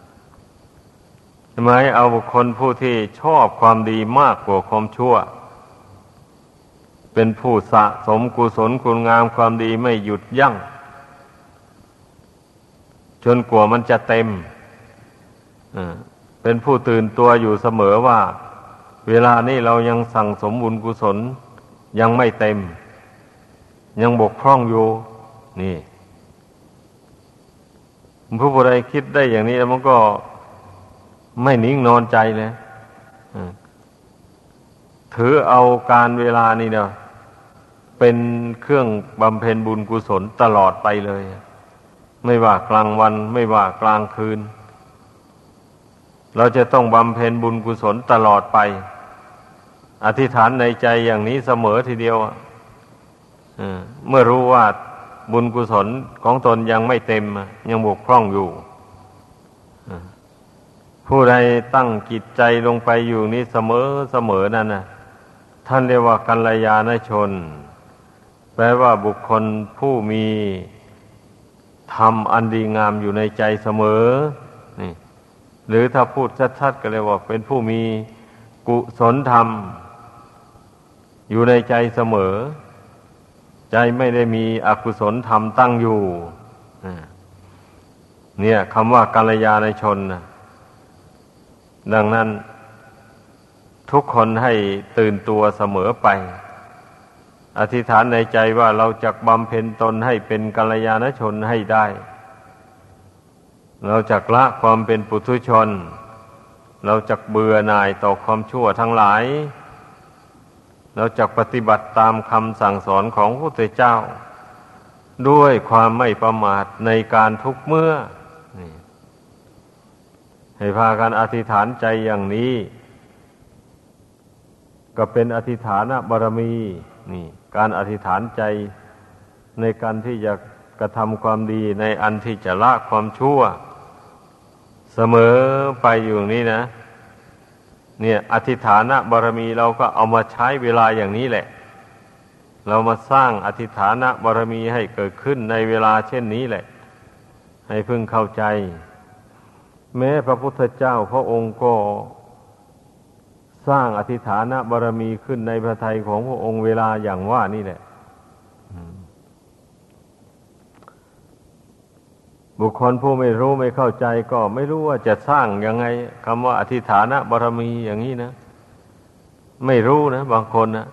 หมายเอาบุคคลผู้ที่ชอบความดีมากกว่าความชั่วเป็นผู้สะสมกุศลคุณงามความดีไม่หยุดยั้งจนกว่ามันจะเต็มเป็นผู้ตื่นตัวอยู่เสมอว่าเวลานี้เรายังสั่งสมบุญกุศลยังไม่เต็มยังบกพร่องอยู่นี่ผู้ผู้ใดคิดได้อย่างนี้มันก็ไม่นิ่งนอนใจเลยถือเอาการเวลานี่เนาะเป็นเครื่องบำเพ็ญบุญกุศลตลอดไปเลยไม่ว่ากลางวันไม่ว่ากลางคืนเราจะต้องบำเพ็ญบุญกุศลตลอดไปอธิษฐานในใจอย่างนี้เสมอทีเดียวเมื่อรู้ว่าบุญกุศลของตนยังไม่เต็มยังบกพร่องอยู่ผู้ใดตั้งจิตใจลงไปอยู่นี้เสมอเสมอนั่นนะท่านเรียกว่ากัลยาณชนแปลว่าบุคคลผู้มีธรรมอันดีงามอยู่ในใจเสมอนี่หรือถ้าพูดชัดๆก็เรียกว่าเป็นผู้มีกุศลธรรมอยู่ในใจเสมอใจไม่ได้มีอกุศลธรรมตั้งอยู่เนี่ยคำว่ากัลยาณชนนะดังนั้นทุกคนให้ตื่นตัวเสมอไปอธิษฐานในใจว่าเราจะบำเพ็ญตนให้เป็นกัลยาณชนให้ได้เราจะละความเป็นปุถุชนเราจะเบื่อหน่ายต่อความชั่วทั้งหลายเราจะปฏิบัติตามคำสั่งสอนของพระพุทธเจ้าด้วยความไม่ประมาทในการทุกเมื่อนี่ให้พากันอธิษฐานใจอย่างนี้ก็เป็นอธิษฐานบารมีนี่การอธิษฐานใจในการที่จะกระทำความดีในอันที่จะละความชั่วเสมอไปอยู่นี้นะเนี่ยอธิษฐานบารมีเราก็เอามาใช้เวลาอย่างนี้แหละเรามาสร้างอธิษฐานบารมีให้เกิดขึ้นในเวลาเช่นนี้แหละให้พึงเข้าใจแม้พระพุทธเจ้าพระองค์ก็สร้างอธิษฐานบารมีขึ้นในพระทัยของพระองค์เวลาอย่างว่านี่แหละบุคคลผู้ไม่รู้ไม่เข้าใจก็ไม่รู้ว่าจะสร้างยังไงคำว่าอธิษฐานบารมีอย่างนี้นะไม่รู้นะบางคนนะ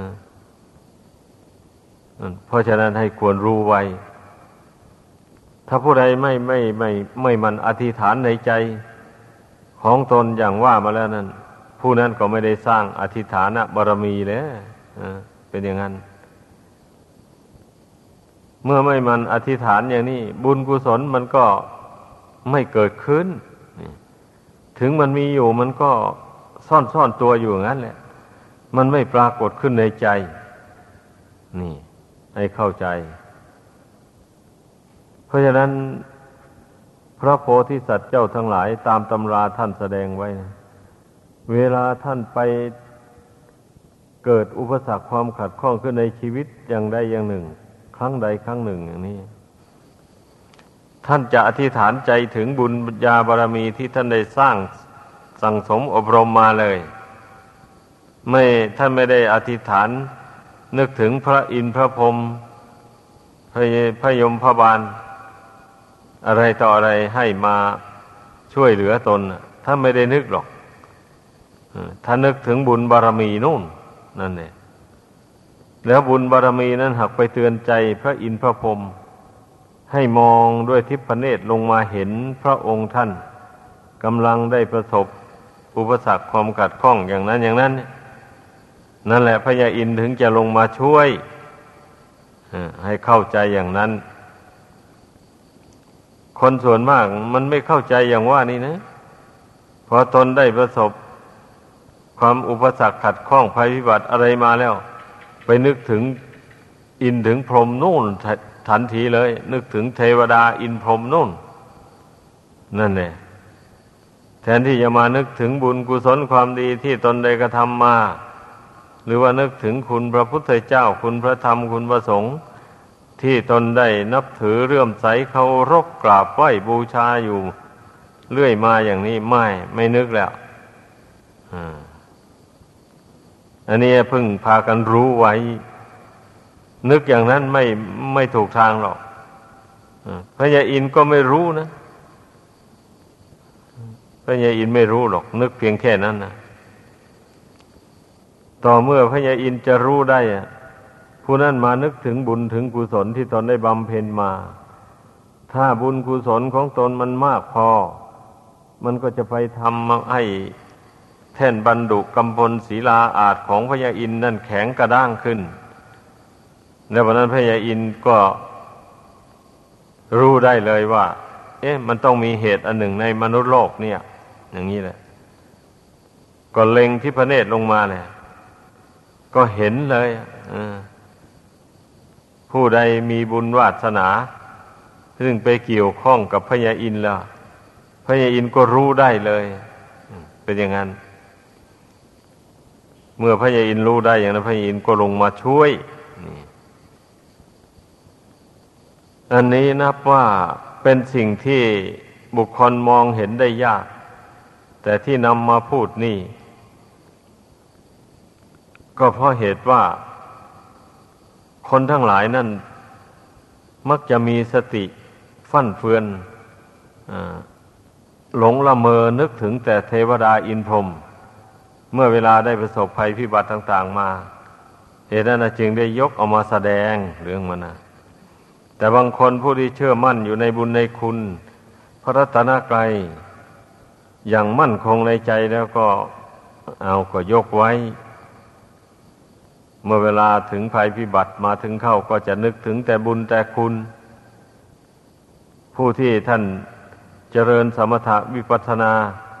เพราะฉะนั้นให้ควรรู้ไว้ถ้าผู้ใดไม่ไม่ไม่ไม่มันอธิษฐานในใจของตนอย่างว่ามาแล้วนั้นผู้นั้นก็ไม่ได้สร้างอธิษฐานบารมีแล้วเป็นอย่างนั้นเมื่อไม่มันอธิษฐานอย่างนี้บุญกุศลมันก็ไม่เกิดขึ้นถึงมันมีอยู่มันก็ซ่อนซ่อนตัวอยู่อย่างนั้นแหละมันไม่ปรากฏขึ้นในใจนี่ให้เข้าใจเพราะฉะนั้นพระโพธิสัตว์เจ้าทั้งหลายตามตำราท่านแสดงไว้นะเวลาท่านไปเกิดอุปสรรคความขัดข้องขึ้นในชีวิตอย่างใดอย่างหนึ่งครั้งใดครั้งหนึ่งอย่างนี้ท่านจะอธิษฐานใจถึงบุญญาบารมีที่ท่านได้สร้างสั่งสมอบรมมาเลยไม่ท่านไม่ได้อธิษฐานนึกถึงพระอินทร์พระพรหมพระพระยมพระบาลอะไรต่ออะไรให้มาช่วยเหลือตนท่านไม่ได้นึกหรอกท่านนึกถึงบุญบารมีนู่นนั่นเองแล้วบุญบารมีนั้นหักไปเตือนใจพระอินทร์พระพรหมให้มองด้วยทิพเนตรลงมาเห็นพระองค์ท่านกำลังได้ประสบอุปสรรคความขัดข้องอย่างนั้นอย่างนั้นนั่นแหละพระยาอินทร์ถึงจะลงมาช่วยให้เข้าใจอย่างนั้นคนส่วนมากมันไม่เข้าใจอย่างว่านี่นะพอตนได้ประสบความอุปสรรคขัดข้องภัยพิบัติอะไรมาแล้วไปนึกถึงอินถึงพรหมนู่นทันทีเลยนึกถึงเทวดาอินพรหมนู่นนั่นแหละแทนที่จะมานึกถึงบุญกุศลความดีที่ตนได้กระทำมาหรือว่านึกถึงคุณพระพุทธเจ้าคุณพระธรรมคุณพระสงฆ์ที่ตนได้นับถือเลื่อมใสเคารพกราบไหว้บูชาอยู่เรื่อยมาอย่างนี้ไม่ไม่นึกแล้วอ่าอันนี้เพิ่งพากันรู้ไว้นึกอย่างนั้นไม่ไม่ถูกทางหรอกพระยาอินทร์ก็ไม่รู้นะพระยาอินทร์ไม่รู้หรอกนึกเพียงแค่นั้นนะต่อเมื่อพระยาอินทร์จะรู้ได้ผู้นั้นมานึกถึงบุญถึงกุศลที่ตนได้บำเพ็ญมาถ้าบุญกุศลของตนมันมากพอมันก็จะไปทำให้แท่นบรรดุกำพลศิลาอาจของพระยาอินทร์นั่นแข็งกระด้างขึ้นแล้ววันนั้นพระยาอินทร์ก็รู้ได้เลยว่าเอ๊ะมันต้องมีเหตุอันหนึ่งในมนุษย์โลกเนี่ยอย่างนี้แหละก็เล็งที่พระเนตรลงมาเลยก็เห็นเลยผู้ใดมีบุญวาสนาซึ่งไปเกี่ยวข้องกับพระยาอินทร์แล้วพระยาอินทร์ก็รู้ได้เลยเป็นอย่างนั้นเมื่อพระยาอินทร์รู้ได้อย่างนั้นพระยาอินทร์ก็ลงมาช่วยอันนี้นับว่าเป็นสิ่งที่บุคคลมองเห็นได้ยากแต่ที่นำมาพูดนี่ก็เพราะเหตุว่าคนทั้งหลายนั่นมักจะมีสติฟั่นเฟือนหลงละเมอนึกถึงแต่เทวดาอินพรหมเมื่อเวลาได้ประสบภัยพิบัติต่างๆมาเหตุนั้นจึงได้ยกเอามาแสดงเรื่องมันนะแต่บางคนผู้ที่เชื่อมั่นอยู่ในบุญในคุณพระรัตนกรัยอย่างมั่นคงในใจแล้วก็เอาก็ยกไว้เมื่อเวลาถึงภัยพิบัติมาถึงเข้าก็จะนึกถึงแต่บุญแต่คุณผู้ที่ท่านเจริญสมถะวิปัสสนา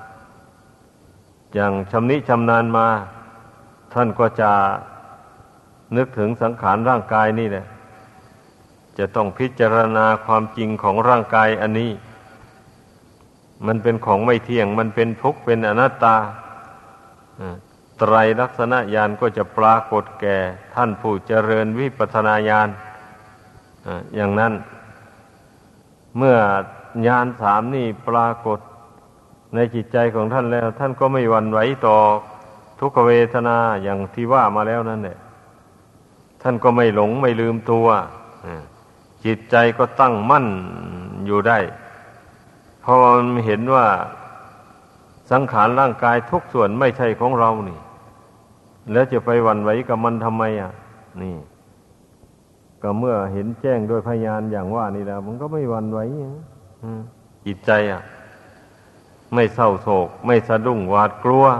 อย่างชำนิชำนาญมาท่านก็จะนึกถึงสังขารร่างกายนี่แหละจะต้องพิจารณาความจริงของร่างกายอันนี้มันเป็นของไม่เที่ยงมันเป็นทุกข์เป็นอนัตตาไตรลักษณญาณก็จะปรากฏแก่ท่านผู้เจริญวิปัสสนาญาณอย่างนั้นเมื่อญาณสามนี่ปรากฏในจิตใจของท่านแล้วท่านก็ไม่หวั่นไหวต่อทุกขเวทนาอย่างที่ว่ามาแล้วนั่นแหละท่านก็ไม่หลงไม่ลืมตัวจิตใจก็ตั้งมั่นอยู่ได้เพราะมันเห็นว่าสังขารร่างกายทุกส่วนไม่ใช่ของเรานี่แล้วจะไปหวั่นไหวกับมันทำไมอ่ะนี่ก็เมื่อเห็นแจ้งด้วยพยานอย่างว่านี่แล้วมันก็ไม่หวั่นไหวจิตใจอ่ะไม่เศร้าโศกไม่สะดุ้งหวาดกลัว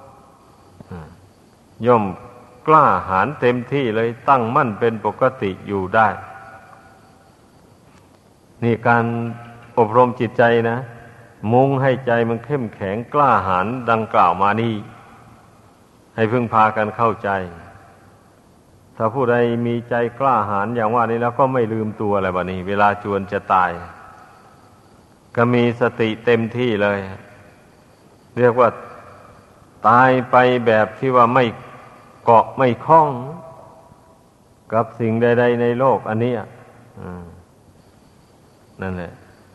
ย่อมกล้าหาญเต็มที่เลยตั้งมั่นเป็นปกติอยู่ได้นี่การอบรมจิตใจนะมุ่งให้ใจมันเข้มแข็งกล้าหาญดังกล่าวมานี่ให้พึงพากันเข้าใจถ้าผู้ใดมีใจกล้าหาญอย่างว่านี้แล้วก็ไม่ลืมตัวอะไรแบบนี้เวลาจวนจะตายก็มีสติเต็มที่เลยเรียกว่าตายไปแบบที่ว่าไม่เกาะไม่คล้องกับสิ่งใดๆในโลกอันนี้นั่นแหละ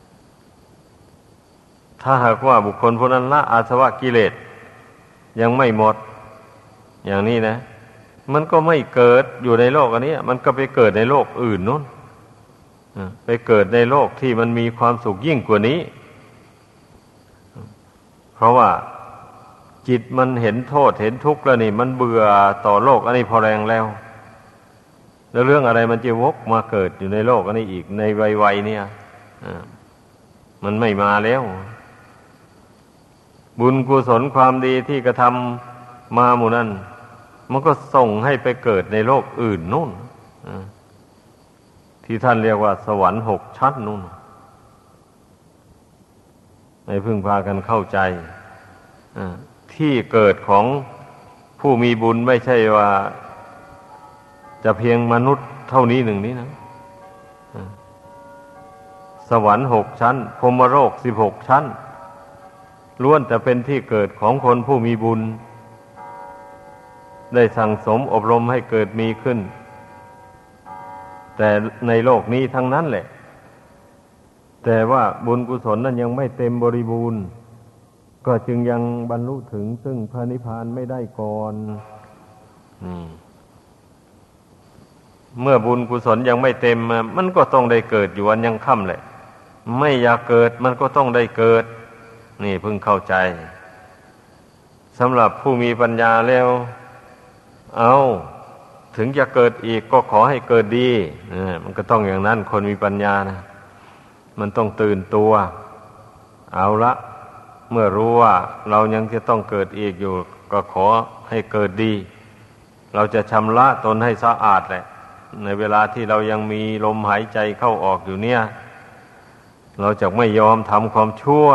ถ้าหากว่าบุคคลผู้นั้นละอาสวะกิเลสยังไม่หมดอย่างนี้นะมันก็ไม่เกิดอยู่ในโลกอันนี้มันก็ไปเกิดในโลกอื่นนู้นไปเกิดในโลกที่มันมีความสุขยิ่งกว่านี้เพราะว่าจิตมันเห็นโทษเห็นทุกข์แล้วนี่มันเบื่อต่อโลกอันนี้พอแรงแล้วแล้วเรื่องอะไรมันจะวกมาเกิดอยู่ในโลกอันนี้อีกในวัยๆเนี่ยมันไม่มาแล้วบุญกุศลความดีที่กระทำมาหมู่นั้นมันก็ส่งให้ไปเกิดในโลกอื่นนู่นที่ท่านเรียกว่าสวรรค์หกชั้นนู่นให้พึงพากันเข้าใจที่เกิดของผู้มีบุญไม่ใช่ว่าจะเพียงมนุษย์เท่านี้หนึ่งนี้นะสวรรค์หกชั้นพรหมโลกสิบหกชั้นล้วนแต่เป็นที่เกิดของคนผู้มีบุญได้สั่งสมอบรมให้เกิดมีขึ้นแต่ในโลกนี้ทั้งนั้นแหละแต่ว่าบุญกุศลนั้นยังไม่เต็มบริบูรณ์ก็จึงยังบรรลุถึงซึ่งพระนิพพานไม่ได้ก่อนเมื่อบุญกุศลยังไม่เต็มมันก็ต้องได้เกิดอยู่วันยังค่ำแหละไม่อยากเกิดมันก็ต้องได้เกิดนี่เพิ่งเข้าใจสำหรับผู้มีปัญญาแล้วเอาถึงจะเกิดอีกก็ขอให้เกิดดีมันก็ต้องอย่างนั้นคนมีปัญญานะมันต้องตื่นตัวเอาละเมื่อรู้ว่าเรายังจะต้องเกิดอีกอยู่ก็ขอให้เกิดดีเราจะชำระตนให้สะอาดแหละในเวลาที่เรายังมีลมหายใจเข้าออกอยู่เนี่ยเราจะไม่ยอมทำความชั่ว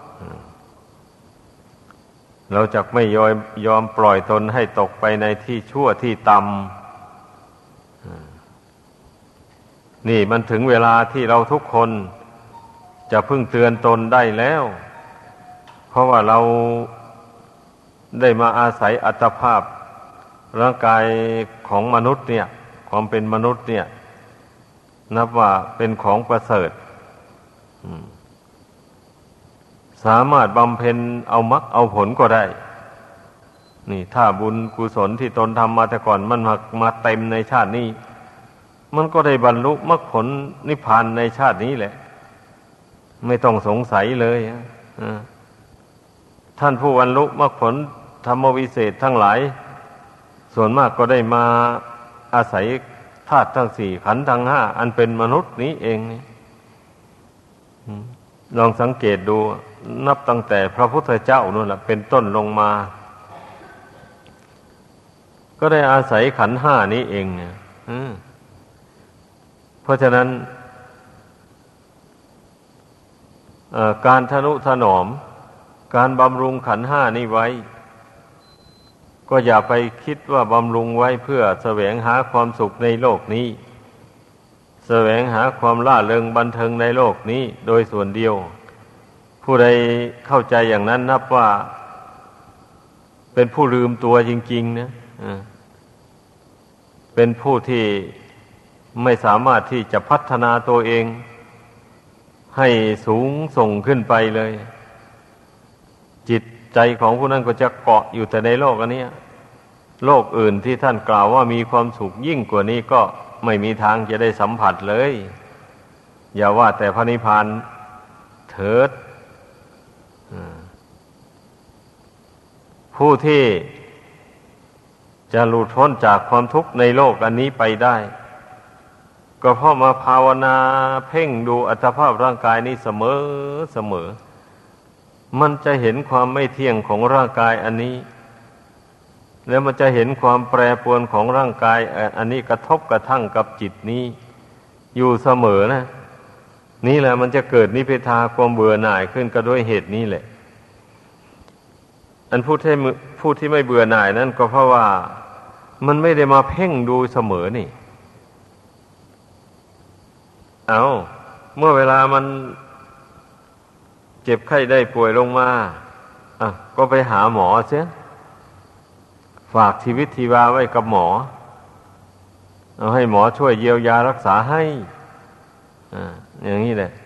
เราจะไม่ยอมยอมปล่อยตนให้ตกไปในที่ชั่วที่ต่ำนี่มันถึงเวลาที่เราทุกคนจะพึ่งเตือนตนได้แล้วเพราะว่าเราได้มาอาศัยอัตภาพร่างกายของมนุษย์เนี่ยความเป็นมนุษย์เนี่ยนับว่าเป็นของประเสริฐสามารถบำเพ็ญเอามรรคเอาผลก็ได้นี่ถ้าบุญกุศลที่ตนทำมาแต่ก่อนมันมามาเต็มในชาตินี้มันก็ได้บรรลุมรรคผลนิพพานในชาตินี้แหละไม่ต้องสงสัยเลยท่านผู้บรรลุมรรคผลธรรมวิเศษทั้งหลายส่วนมากก็ได้มาอาศัยธาตุทั้งสี่ขันธ์ทั้งห้าอันเป็นมนุษย์นี้เองนี่ลองสังเกตดูนับตั้งแต่พระพุทธเจ้านู่นแหละเป็นต้นลงมาก็ได้อาศัยขันธ์ห้านี้เองเนี่ยเพราะฉะนั้นการทนุถนอมการบำรุงขันธ์ห้านี้ไว้ก็อย่าไปคิดว่าบำรุงไว้เพื่อแสวงหาความสุขในโลกนี้แสวงหาความล่าเริงบันเทิงในโลกนี้โดยส่วนเดียวผู้ใดเข้าใจอย่างนั้นนับว่าเป็นผู้ลืมตัวจริงๆนะเป็นผู้ที่ไม่สามารถที่จะพัฒนาตัวเองให้สูงส่งขึ้นไปเลยจิตใจของผู้นั้นก็จะเกาะอยู่แต่ในโลกอันนี้โลกอื่นที่ท่านกล่าวว่ามีความสุขยิ่งกว่านี้ก็ไม่มีทางจะได้สัมผัสเลยอย่าว่าแต่พระนิพพานเถิดผู้ที่จะหลุดพ้นจากความทุกข์ในโลกอันนี้ไปได้ก็เพราะมาภาวนาเพ่งดูอัตภาพร่างกายนี้เสมอเสมอมันจะเห็นความไม่เที่ยงของร่างกายอันนี้แล้วมันจะเห็นความแปรปรวนของร่างกายอันนี้กระทบกระทั่งกับจิตนี้อยู่เสมอนะนี่แหละมันจะเกิดนิพพิทาความเบื่อหน่ายขึ้นก็ด้วยเหตุนี้แหละอันผู้ที่ผู้ที่ไม่เบื่อหน่ายนั่นก็เพราะว่ามันไม่ได้มาเพ่งดูเสมอนี่เอาเมื่อเวลามันเจ็บไข้ได้ป่วยลงมาอ่ะก็ไปหาหมอเสียฝากชีวิตชีวาไว้กับหมอเอาให้หมอช่วยเยียวยารักษาให้อ่าอย่างนี้แหละ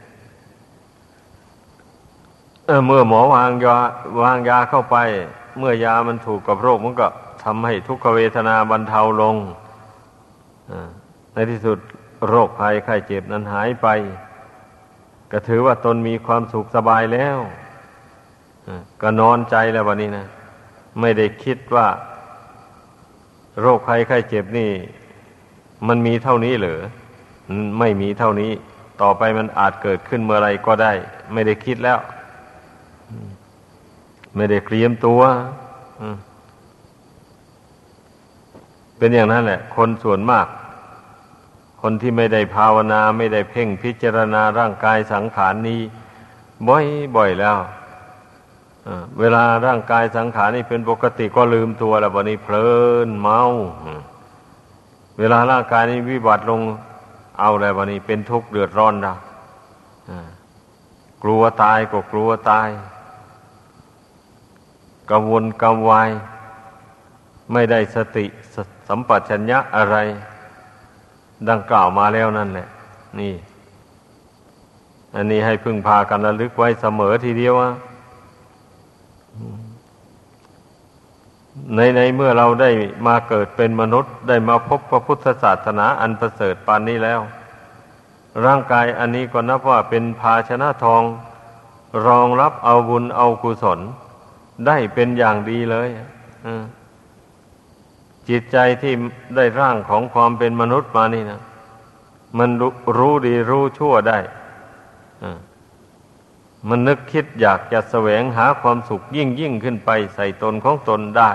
เออเมื่อหมอวางยาวางยาเข้าไปเมื่อยามันถูกกับโรคมันก็ทำให้ทุกขเวทนาบรรเทาลงอ่าในที่สุดโรคภัยไข้เจ็บนั้นหายไปก็ถือว่าตนมีความสุขสบายแล้วก็นอนใจแล้ววันนี้นะไม่ได้คิดว่าโรคภัยไข้เจ็บนี่มันมีเท่านี้เหรอไม่มีเท่านี้ต่อไปมันอาจเกิดขึ้นเมื่อไรก็ได้ไม่ได้คิดแล้วไม่ได้เตรียมตัวเป็นอย่างนั้นแหละคนส่วนมากคนที่ไม่ได้ภาวนาไม่ได้เพ่งพิจารณาร่างกายสังขารนี้บ่อยๆแล้วเวลาร่างกายสังขารนี่เป็นปกติก็ลืมตัวแล้ววันนี้เพลินเมาเวลาร่างกายนี้วิบัติลงเอาแล้ววันนี้เป็นทุกข์เดือดร้อนแล้วกลัวตายก็กลัวตายกังวลกังวายไม่ได้สติสัมปชัญญะอะไรดังกล่าวมาแล้วนั่นแหละนี่อันนี้ให้พึ่งพากันระลึกไว้เสมอทีเดียวว่าในในเมื่อเราได้มาเกิดเป็นมนุษย์ได้มาพบพระพุทธศาสนาอันประเสริฐปานนี้แล้วร่างกายอันนี้ก็นับว่าเป็นภาชนะทองรองรับเอาบุญเอากุศลได้เป็นอย่างดีเลยจิตใจที่ได้ร่างของความเป็นมนุษย์มานี่นะมันรู้ดีรู้ชั่วได้มันนึกคิดอยากจะแสวงหาความสุขยิ่งยิ่งขึ้นไปใส่ตนของตนได้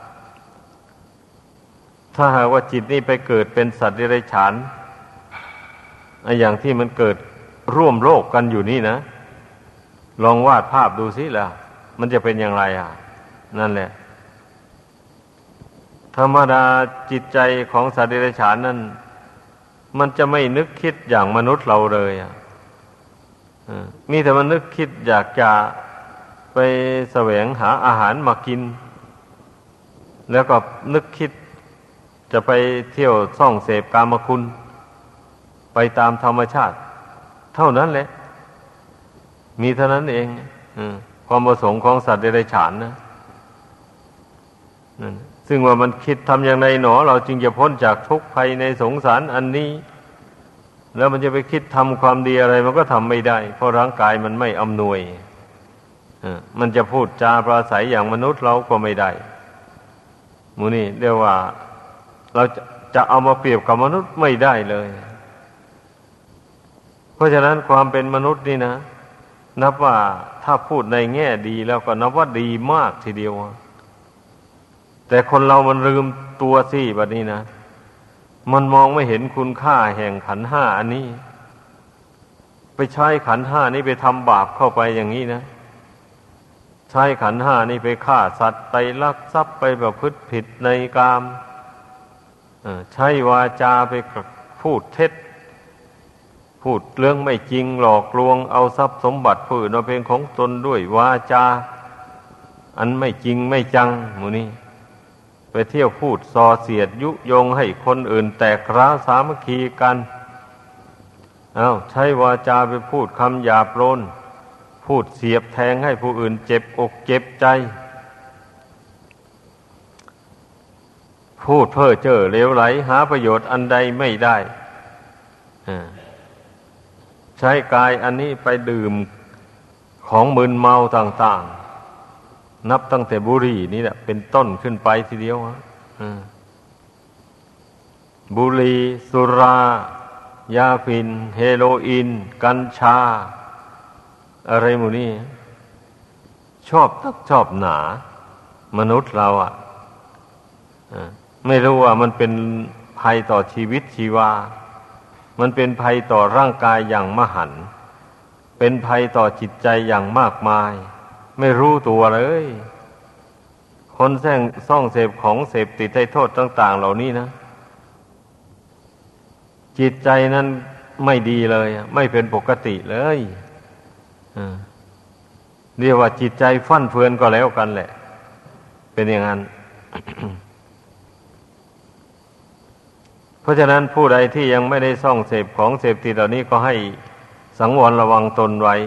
ถ้าหากว่าจิตนี้ไปเกิดเป็นสัตว์เดรัจฉานอย่างที่มันเกิดร่วมโลกกันอยู่นี่นะลองวาดภาพดูสิล่ะมันจะเป็นอย่างไรอ่ะนั่นแหละธรรมดาจิตใจของสัตว์เดรัจฉานนั้นมันจะไม่นึกคิดอย่างมนุษย์เราเลยอ่ะมีแต่มันนึกคิดอยากจะไปแสวงหาอาหารมากินแล้วก็นึกคิดจะไปเที่ยวส่องเสพกามคุณไปตามธรรมชาติเท่านั้นแหละมีเท่านั้นเองความประสงค์ของสัตว์เดรัจฉานนะนั่นซึ่งว่ามันคิดทำอย่างไรหนอเราจึงจะพ้นจากทุกข์ภัยในสงสารอันนี้แล้วมันจะไปคิดทำความดีอะไรมันก็ทำไม่ได้เพราะร่างกายมันไม่อำนวยมันจะพูดจาปราศัยอย่างมนุษย์เราก็ไม่ได้หมู่นี่เรียกว่าเราจะจะเอามาเปรียบกับมนุษย์ไม่ได้เลยเพราะฉะนั้นความเป็นมนุษย์นี่นะนับว่าถ้าพูดในแง่ดีแล้วก็นับว่าดีมากทีเดียวแต่คนเรามันลืมตัวสิบัดนี้นะมันมองไม่เห็นคุณค่าแห่งขันธ์ห้าอันนี้ไปใช้ขันธ์ห้านี้ไปทำบาปเข้าไปอย่างนี้นะใช้ขันธ์ห้านี้ไปฆ่าสัตว์ไปลักทรัพย์ไปประพฤติผิดในกามใช้วาจาไปพูดเท็จพูดเรื่องไม่จริงหลอกลวงเอาทรัพย์สมบัติผู้อื่นมาเป็นของตนด้วยวาจาอันไม่จริงไม่จังหมู่นี้ไปเที่ยวพูดส่อเสียดยุยงให้คนอื่นแตกร้าวสามัคคีกันเอาใช้วาจาไปพูดคำหยาบโลนพูดเสียบแทงให้ผู้อื่นเจ็บอกเจ็บใจพูดเพ้อเจ้อเลวไหลหาประโยชน์อันใดไม่ได้ใช้กายอันนี้ไปดื่มของมึนเมาต่างๆนับตั้งแต่บุหรี่นี่แหละเป็นต้นขึ้นไปทีเดียวบุหรี่สุรายาฝิ่นเฮโรอีนกัญชาอะไรหมู่นี้ชอบตักชอบหนามนุษย์เราอ่ะไม่รู้ว่ามันเป็นภัยต่อชีวิตชีวามันเป็นภัยต่อร่างกายอย่างมหันต์เป็นภัยต่อจิตใจอย่างมากมายไม่รู้ตัวเลยคนแซงซ่องเสพของเสพติดให้โทษต่างๆเหล่านี้นะจิตใจนั้นไม่ดีเลยไม่เป็นปกติเลยเรียกว่าจิตใจฟั่นเฟือนก็แล้วกันแหละเป็นอย่างนั้น เพราะฉะนั้นผู้ใดที่ยังไม่ได้ซ่องเสพของเสพติดเหล่านี้ก็ให้สังวรระวังตนไว้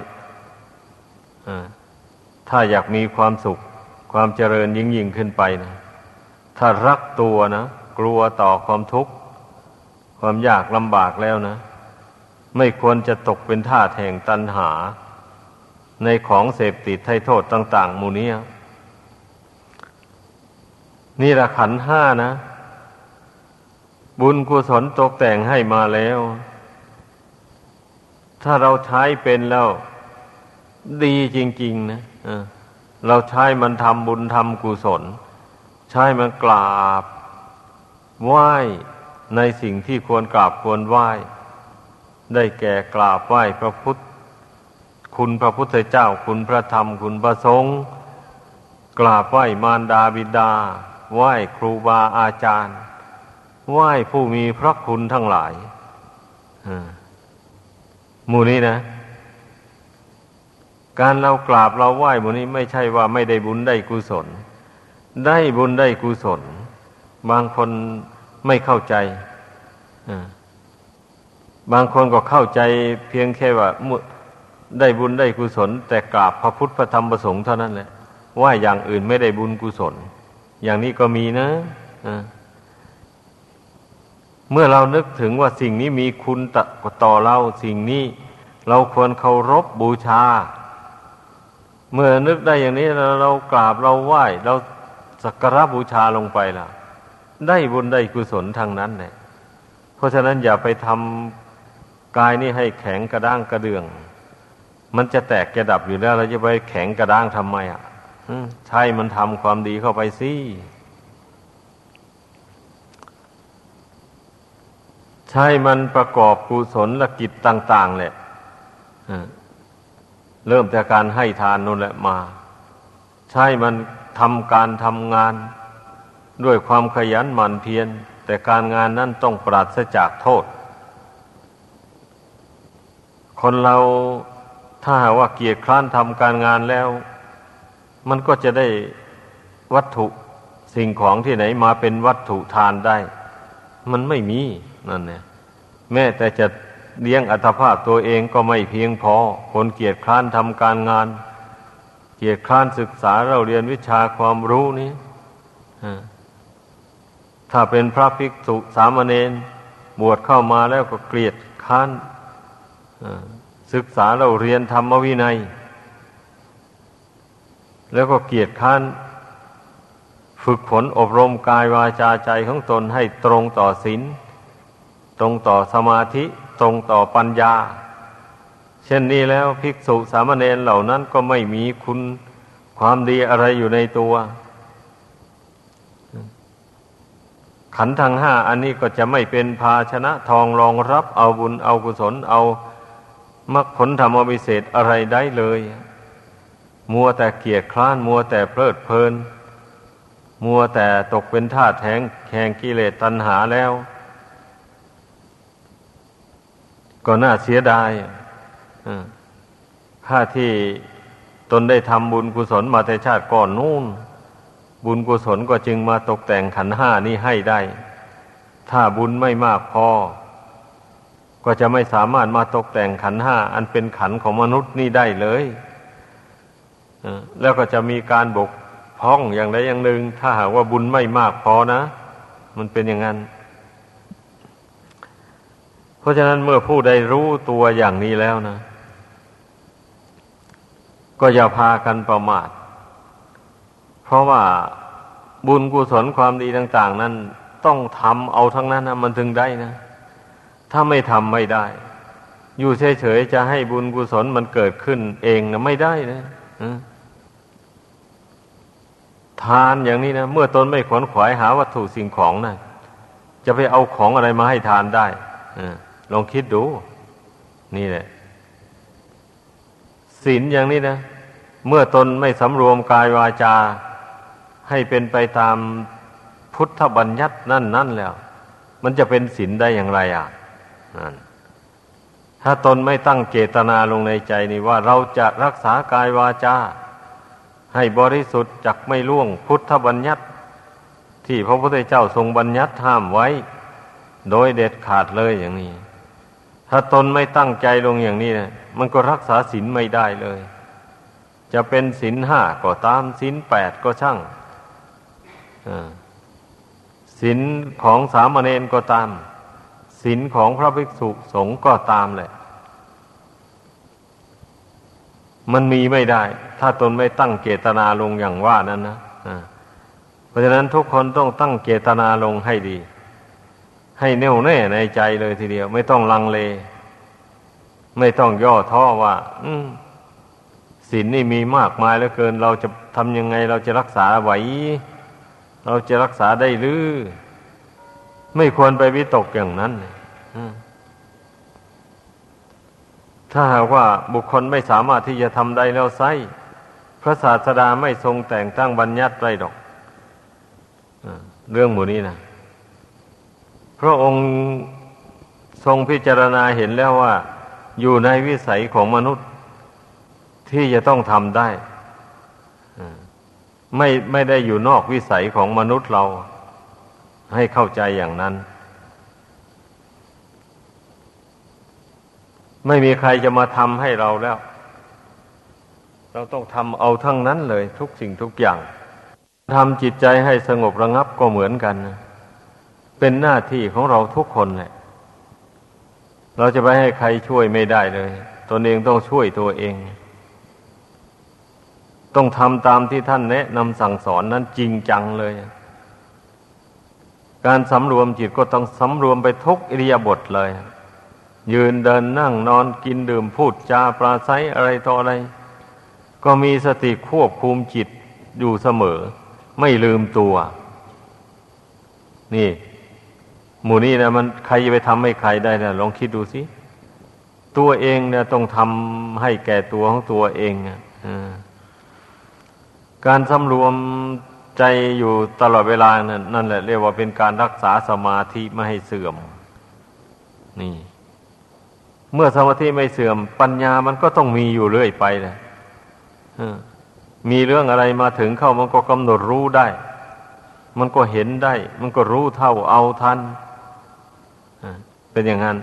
ถ้าอยากมีความสุขความเจริญยิ่งยิ่งขึ้นไปนะถ้ารักตัวนะกลัวต่อความทุกข์ความยากลำบากแล้วนะไม่ควรจะตกเป็นทาสแห่งตัณหาในของเสพติดให้โทษต่างๆหมู่นี้นี่ละขันธ์ห้านะบุญกุศลตกแต่งให้มาแล้วถ้าเราใช้เป็นแล้วดีจริงๆนะเราใช้มันทำบุญทำกุศลใช้มันกราบไหว้ในสิ่งที่ควรกราบควรไหว้ได้แก่กราบไหว้พระพุทธคุณพระพุทธเจ้าคุณพระธรรมคุณพระสงฆ์กราบไหว้มารดาบิดาไหว้ครูบาอาจารย์ไหว้ผู้มีพระคุณทั้งหลายหมู่นี้นะการเรากราบเราไหว้หมู่นี้ไม่ใช่ว่าไม่ได้บุญได้กุศลได้บุญได้กุศลบางคนไม่เข้าใจบางคนก็เข้าใจเพียงแค่ว่าได้บุญได้กุศลแต่กราบพระพุทธพระธรรมพระสงฆ์เท่านั้นแหละไหว้อย่างอื่นไม่ได้บุญกุศลอย่างนี้ก็มีนะเมื่อเรานึกถึงว่าสิ่งนี้มีคุณต่อเราสิ่งนี้เราควรเคารพบูชาเมื่อนึกได้อย่างนี้เราเรากราบเราไหว้เราสักการะบูชาลงไปล่ะได้บุญได้กุศลทางนั้นแหละเพราะฉะนั้นอย่าไปทำกายนี้ให้แข็งกระด้างกระเดื่องมันจะแตกจะดับอยู่แล้วเราจะไปแข็งกระด้างทำไมอ่ะใช่มันทำความดีเข้าไปสิใช่มันประกอบกุศลกิจต่างๆแหละเริ่มจากการให้ทานนั่นแหละมาใช่มันทำการทำงานด้วยความขยันหมั่นเพียรแต่การงานนั้นต้องปราศจากโทษคนเราถ้าหากว่าเกียจคร้านทำการงานแล้วมันก็จะได้วัตถุสิ่งของที่ไหนมาเป็นวัตถุทานได้มันไม่มีนั่นเนี่ยแม้แต่จะเลี้ยงอัตภาพตัวเองก็ไม่เพียงพอคนเกียจคร้านทำการงานเกียจคร้านศึกษาเราเรียนวิชาความรู้นี้ถ้าเป็นพระภิกษุสามเณรบวชเข้ามาแล้วก็เกลียดคร้านศึกษาเราเรียนธรรมวินัยแล้วก็เกียจคร้านฝึกฝนอบรมกายวาจาใจของตนให้ตรงต่อศีลตรงต่อสมาธิตรงต่อปัญญาเช่นนี้แล้วภิกษุสามเณรเหล่านั้นก็ไม่มีคุณความดีอะไรอยู่ในตัวขันธ์ทั้งห้าอันนี้ก็จะไม่เป็นภาชนะทองรองรับเอาบุญเอากุศลเอามรรคผลธรรมวิเศษอะไรได้เลยมัวแต่เกียจคร้านมัวแต่เพลิดเพลินมัวแต่ตกเป็นทาสแห่งแห่งกิเลสตัณหาแล้วก็น่าเสียดายถ้าที่ตนได้ทำบุญกุศลมาแต่ชาติก่อนนู่นบุญกุศลก็จึงมาตกแต่งขันธ์ห้านี้ให้ได้ถ้าบุญไม่มากพอก็จะไม่สามารถมาตกแต่งขันธ์ห้าอันเป็นขันธ์ของมนุษย์นี่ได้เลยแล้วก็จะมีการบกพร่องอย่างใดอย่างหนึ่งถ้าหากว่าบุญไม่มากพอนะมันเป็นอย่างนั้นเพราะฉะนั้นเมื่อผู้ใดรู้ตัวอย่างนี้แล้วนะก็อย่าพากันประมาทเพราะว่าบุญกุศลความดีต่างๆนั้นต้องทำเอาทั้งนั้นนะมันถึงได้นะถ้าไม่ทำไม่ได้อยู่เฉยๆจะให้บุญกุศลมันเกิดขึ้นเองนะไม่ได้นะทานอย่างนี้นะเมื่อตนไม่ขวนขวายหาวัตถุสิ่งของนะจะไปเอาของอะไรมาให้ทานได้ลองคิดดูนี่แหละศีลอย่างนี้นะเมื่อตนไม่สำรวมกายวาจาให้เป็นไปตามพุทธบัญญัตินั่นนั่นแล้วมันจะเป็นศีลได้อย่างไรอ่ะนั่นถ้าตนไม่ตั้งเจตนาลงในใจนี่ว่าเราจะรักษากายวาจาให้บริสุทธิ์จักไม่ล่วงพุทธบัญญัติที่พระพุทธเจ้าทรงบัญญัติห้ามไว้โดยเด็ดขาดเลยอย่างนี้ถ้าตนไม่ตั้งใจลงอย่างนี้นะมันก็รักษาศีลไม่ได้เลยจะเป็นศีลห้าก็ตามศีลแปดก็ช่างศีลของสามเณรก็ตามศีลของพระภิกษุสงฆ์ก็ตามแหละมันมีไม่ได้ถ้าตนไม่ตั้งเจตนาลงอย่างว่านั้นนะเพราะฉะนั้นทุกคนต้องตั้งเจตนาลงให้ดีให้แน่วแน่ในใจเลยทีเดียวไม่ต้องลังเลไม่ต้องย่อท้อว่าศีลนี่มีมากมายเหลือเกินเราจะทำยังไงเราจะรักษาไหวเราจะรักษาได้หรือไม่ควรไปวิตกอย่างนั้นถ้าหากว่าบุคคลไม่สามารถที่จะทำได้แล้วไซร้พระศาสดาไม่ทรงแต่งตั้งบัญญัติไว้ดอกเรื่องหมู่นี้นะพระองค์ทรงพิจารณาเห็นแล้วว่าอยู่ในวิสัยของมนุษย์ที่จะต้องทำได้ไม่ไม่ได้อยู่นอกวิสัยของมนุษย์เราให้เข้าใจอย่างนั้นไม่มีใครจะมาทำให้เราแล้วเราต้องทำเอาทั้งนั้นเลยทุกสิ่งทุกอย่างทำจิตใจให้สงบระงับก็เหมือนกันนะเป็นหน้าที่ของเราทุกคนแหละเราจะไปให้ใครช่วยไม่ได้เลยตนเองต้องช่วยตัวเองต้องทำตามที่ท่านแนะนำสั่งสอนนั้นจริงจังเลยการสำรวมจิตก็ต้องสำรวมไปทุกอิริยาบถเลยยืนเดินนั่งนอนกินดื่มพูดจาปราศัยอะไรต่ออะไรก็มีสติควบคุมจิตอยู่เสมอไม่ลืมตัวนี่หมู่นี้นะมันใครจะไปทำให้ใครได้นะลองคิดดูสิตัวเองเนี่ยต้องทำให้แก่ตัวของตัวเองอ่ะการสำรวมใจอยู่ตลอดเวลานั่นนั่นแหละเรียกว่าเป็นการรักษาสมาธิไม่ให้เสื่อมนี่เมื่อสมาธิไม่เสื่อมปัญญามันก็ต้องมีอยู่เรื่อยไปแหละมีเรื่องอะไรมาถึงเข้ามันก็กำหนดรู้ได้มันก็เห็นได้มันก็รู้เท่าเอาทันเป็นอย่างนั้น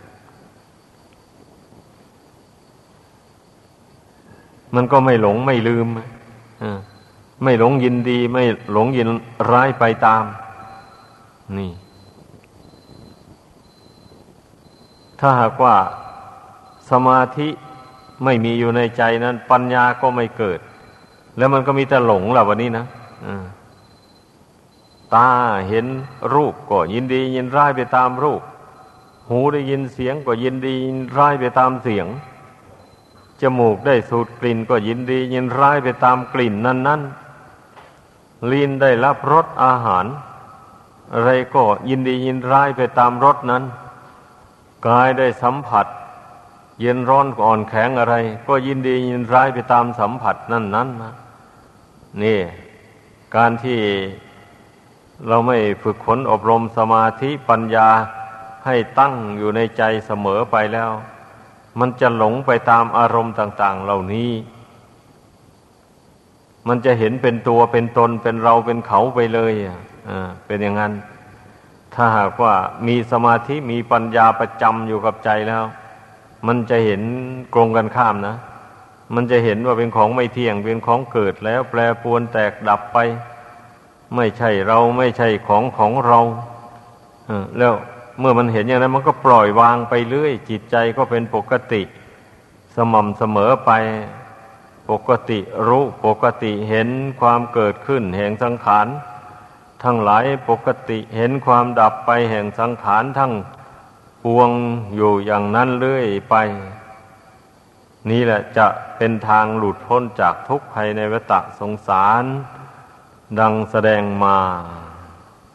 มันก็ไม่หลงไม่ลืมไม่หลงยินดีไม่หลงยินร้ายไปตามนี่ถ้าหากว่าสมาธิไม่มีอยู่ในใจนั้นปัญญาก็ไม่เกิดแล้วมันก็มีแต่หลงล่ะวันนี้นะตาเห็นรูปก็ยินดียินร้ายไปตามรูปหูได้ยินเสียงก็ยินดียินร้ายไปตามเสียงจมูกได้สูดกลิ่นก็ยินดียินร้ายไปตามกลิ่นนั้นลิ้นได้รับรสอาหารอะไรก็ยินดียินร้ายไปตามรสนั้นกายได้สัมผัสเย็นร้อนอ่อนแข็งอะไรก็ยินดียินร้ายไปตามสัมผัสนั้นนั้นนะนี่การที่เราไม่ฝึกฝนอบรมสมาธิปัญญาให้ตั้งอยู่ในใจเสมอไปแล้วมันจะหลงไปตามอารมณ์ต่างๆเหล่านี้มันจะเห็นเป็นตัวเป็นตนเป็นเราเป็นเขาไปเลยอ่ะเป็นอย่างนั้นถ้าหากว่ามีสมาธิมีปัญญาประจำอยู่กับใจแล้วมันจะเห็นตรงกันข้ามนะมันจะเห็นว่าเป็นของไม่เที่ยงเป็นของเกิดแล้วแปรปรวนแตกดับไปไม่ใช่เราไม่ใช่ของของเราแล้วเมื่อมันเห็นอย่างนั้นมันก็ปล่อยวางไปเรื่อยจิตใจก็เป็นปกติสม่ำเสมอไปปกติรู้ปกติเห็นความเกิดขึ้นแห่งสังขารทั้งหลายปกติเห็นความดับไปแห่งสังขารทั้งปวงอยู่อย่างนั้นเรื่อยไปนี่แหละจะเป็นทางหลุดพ้นจากทุกข์ภัยในวัฏสงสารดังแสดงมา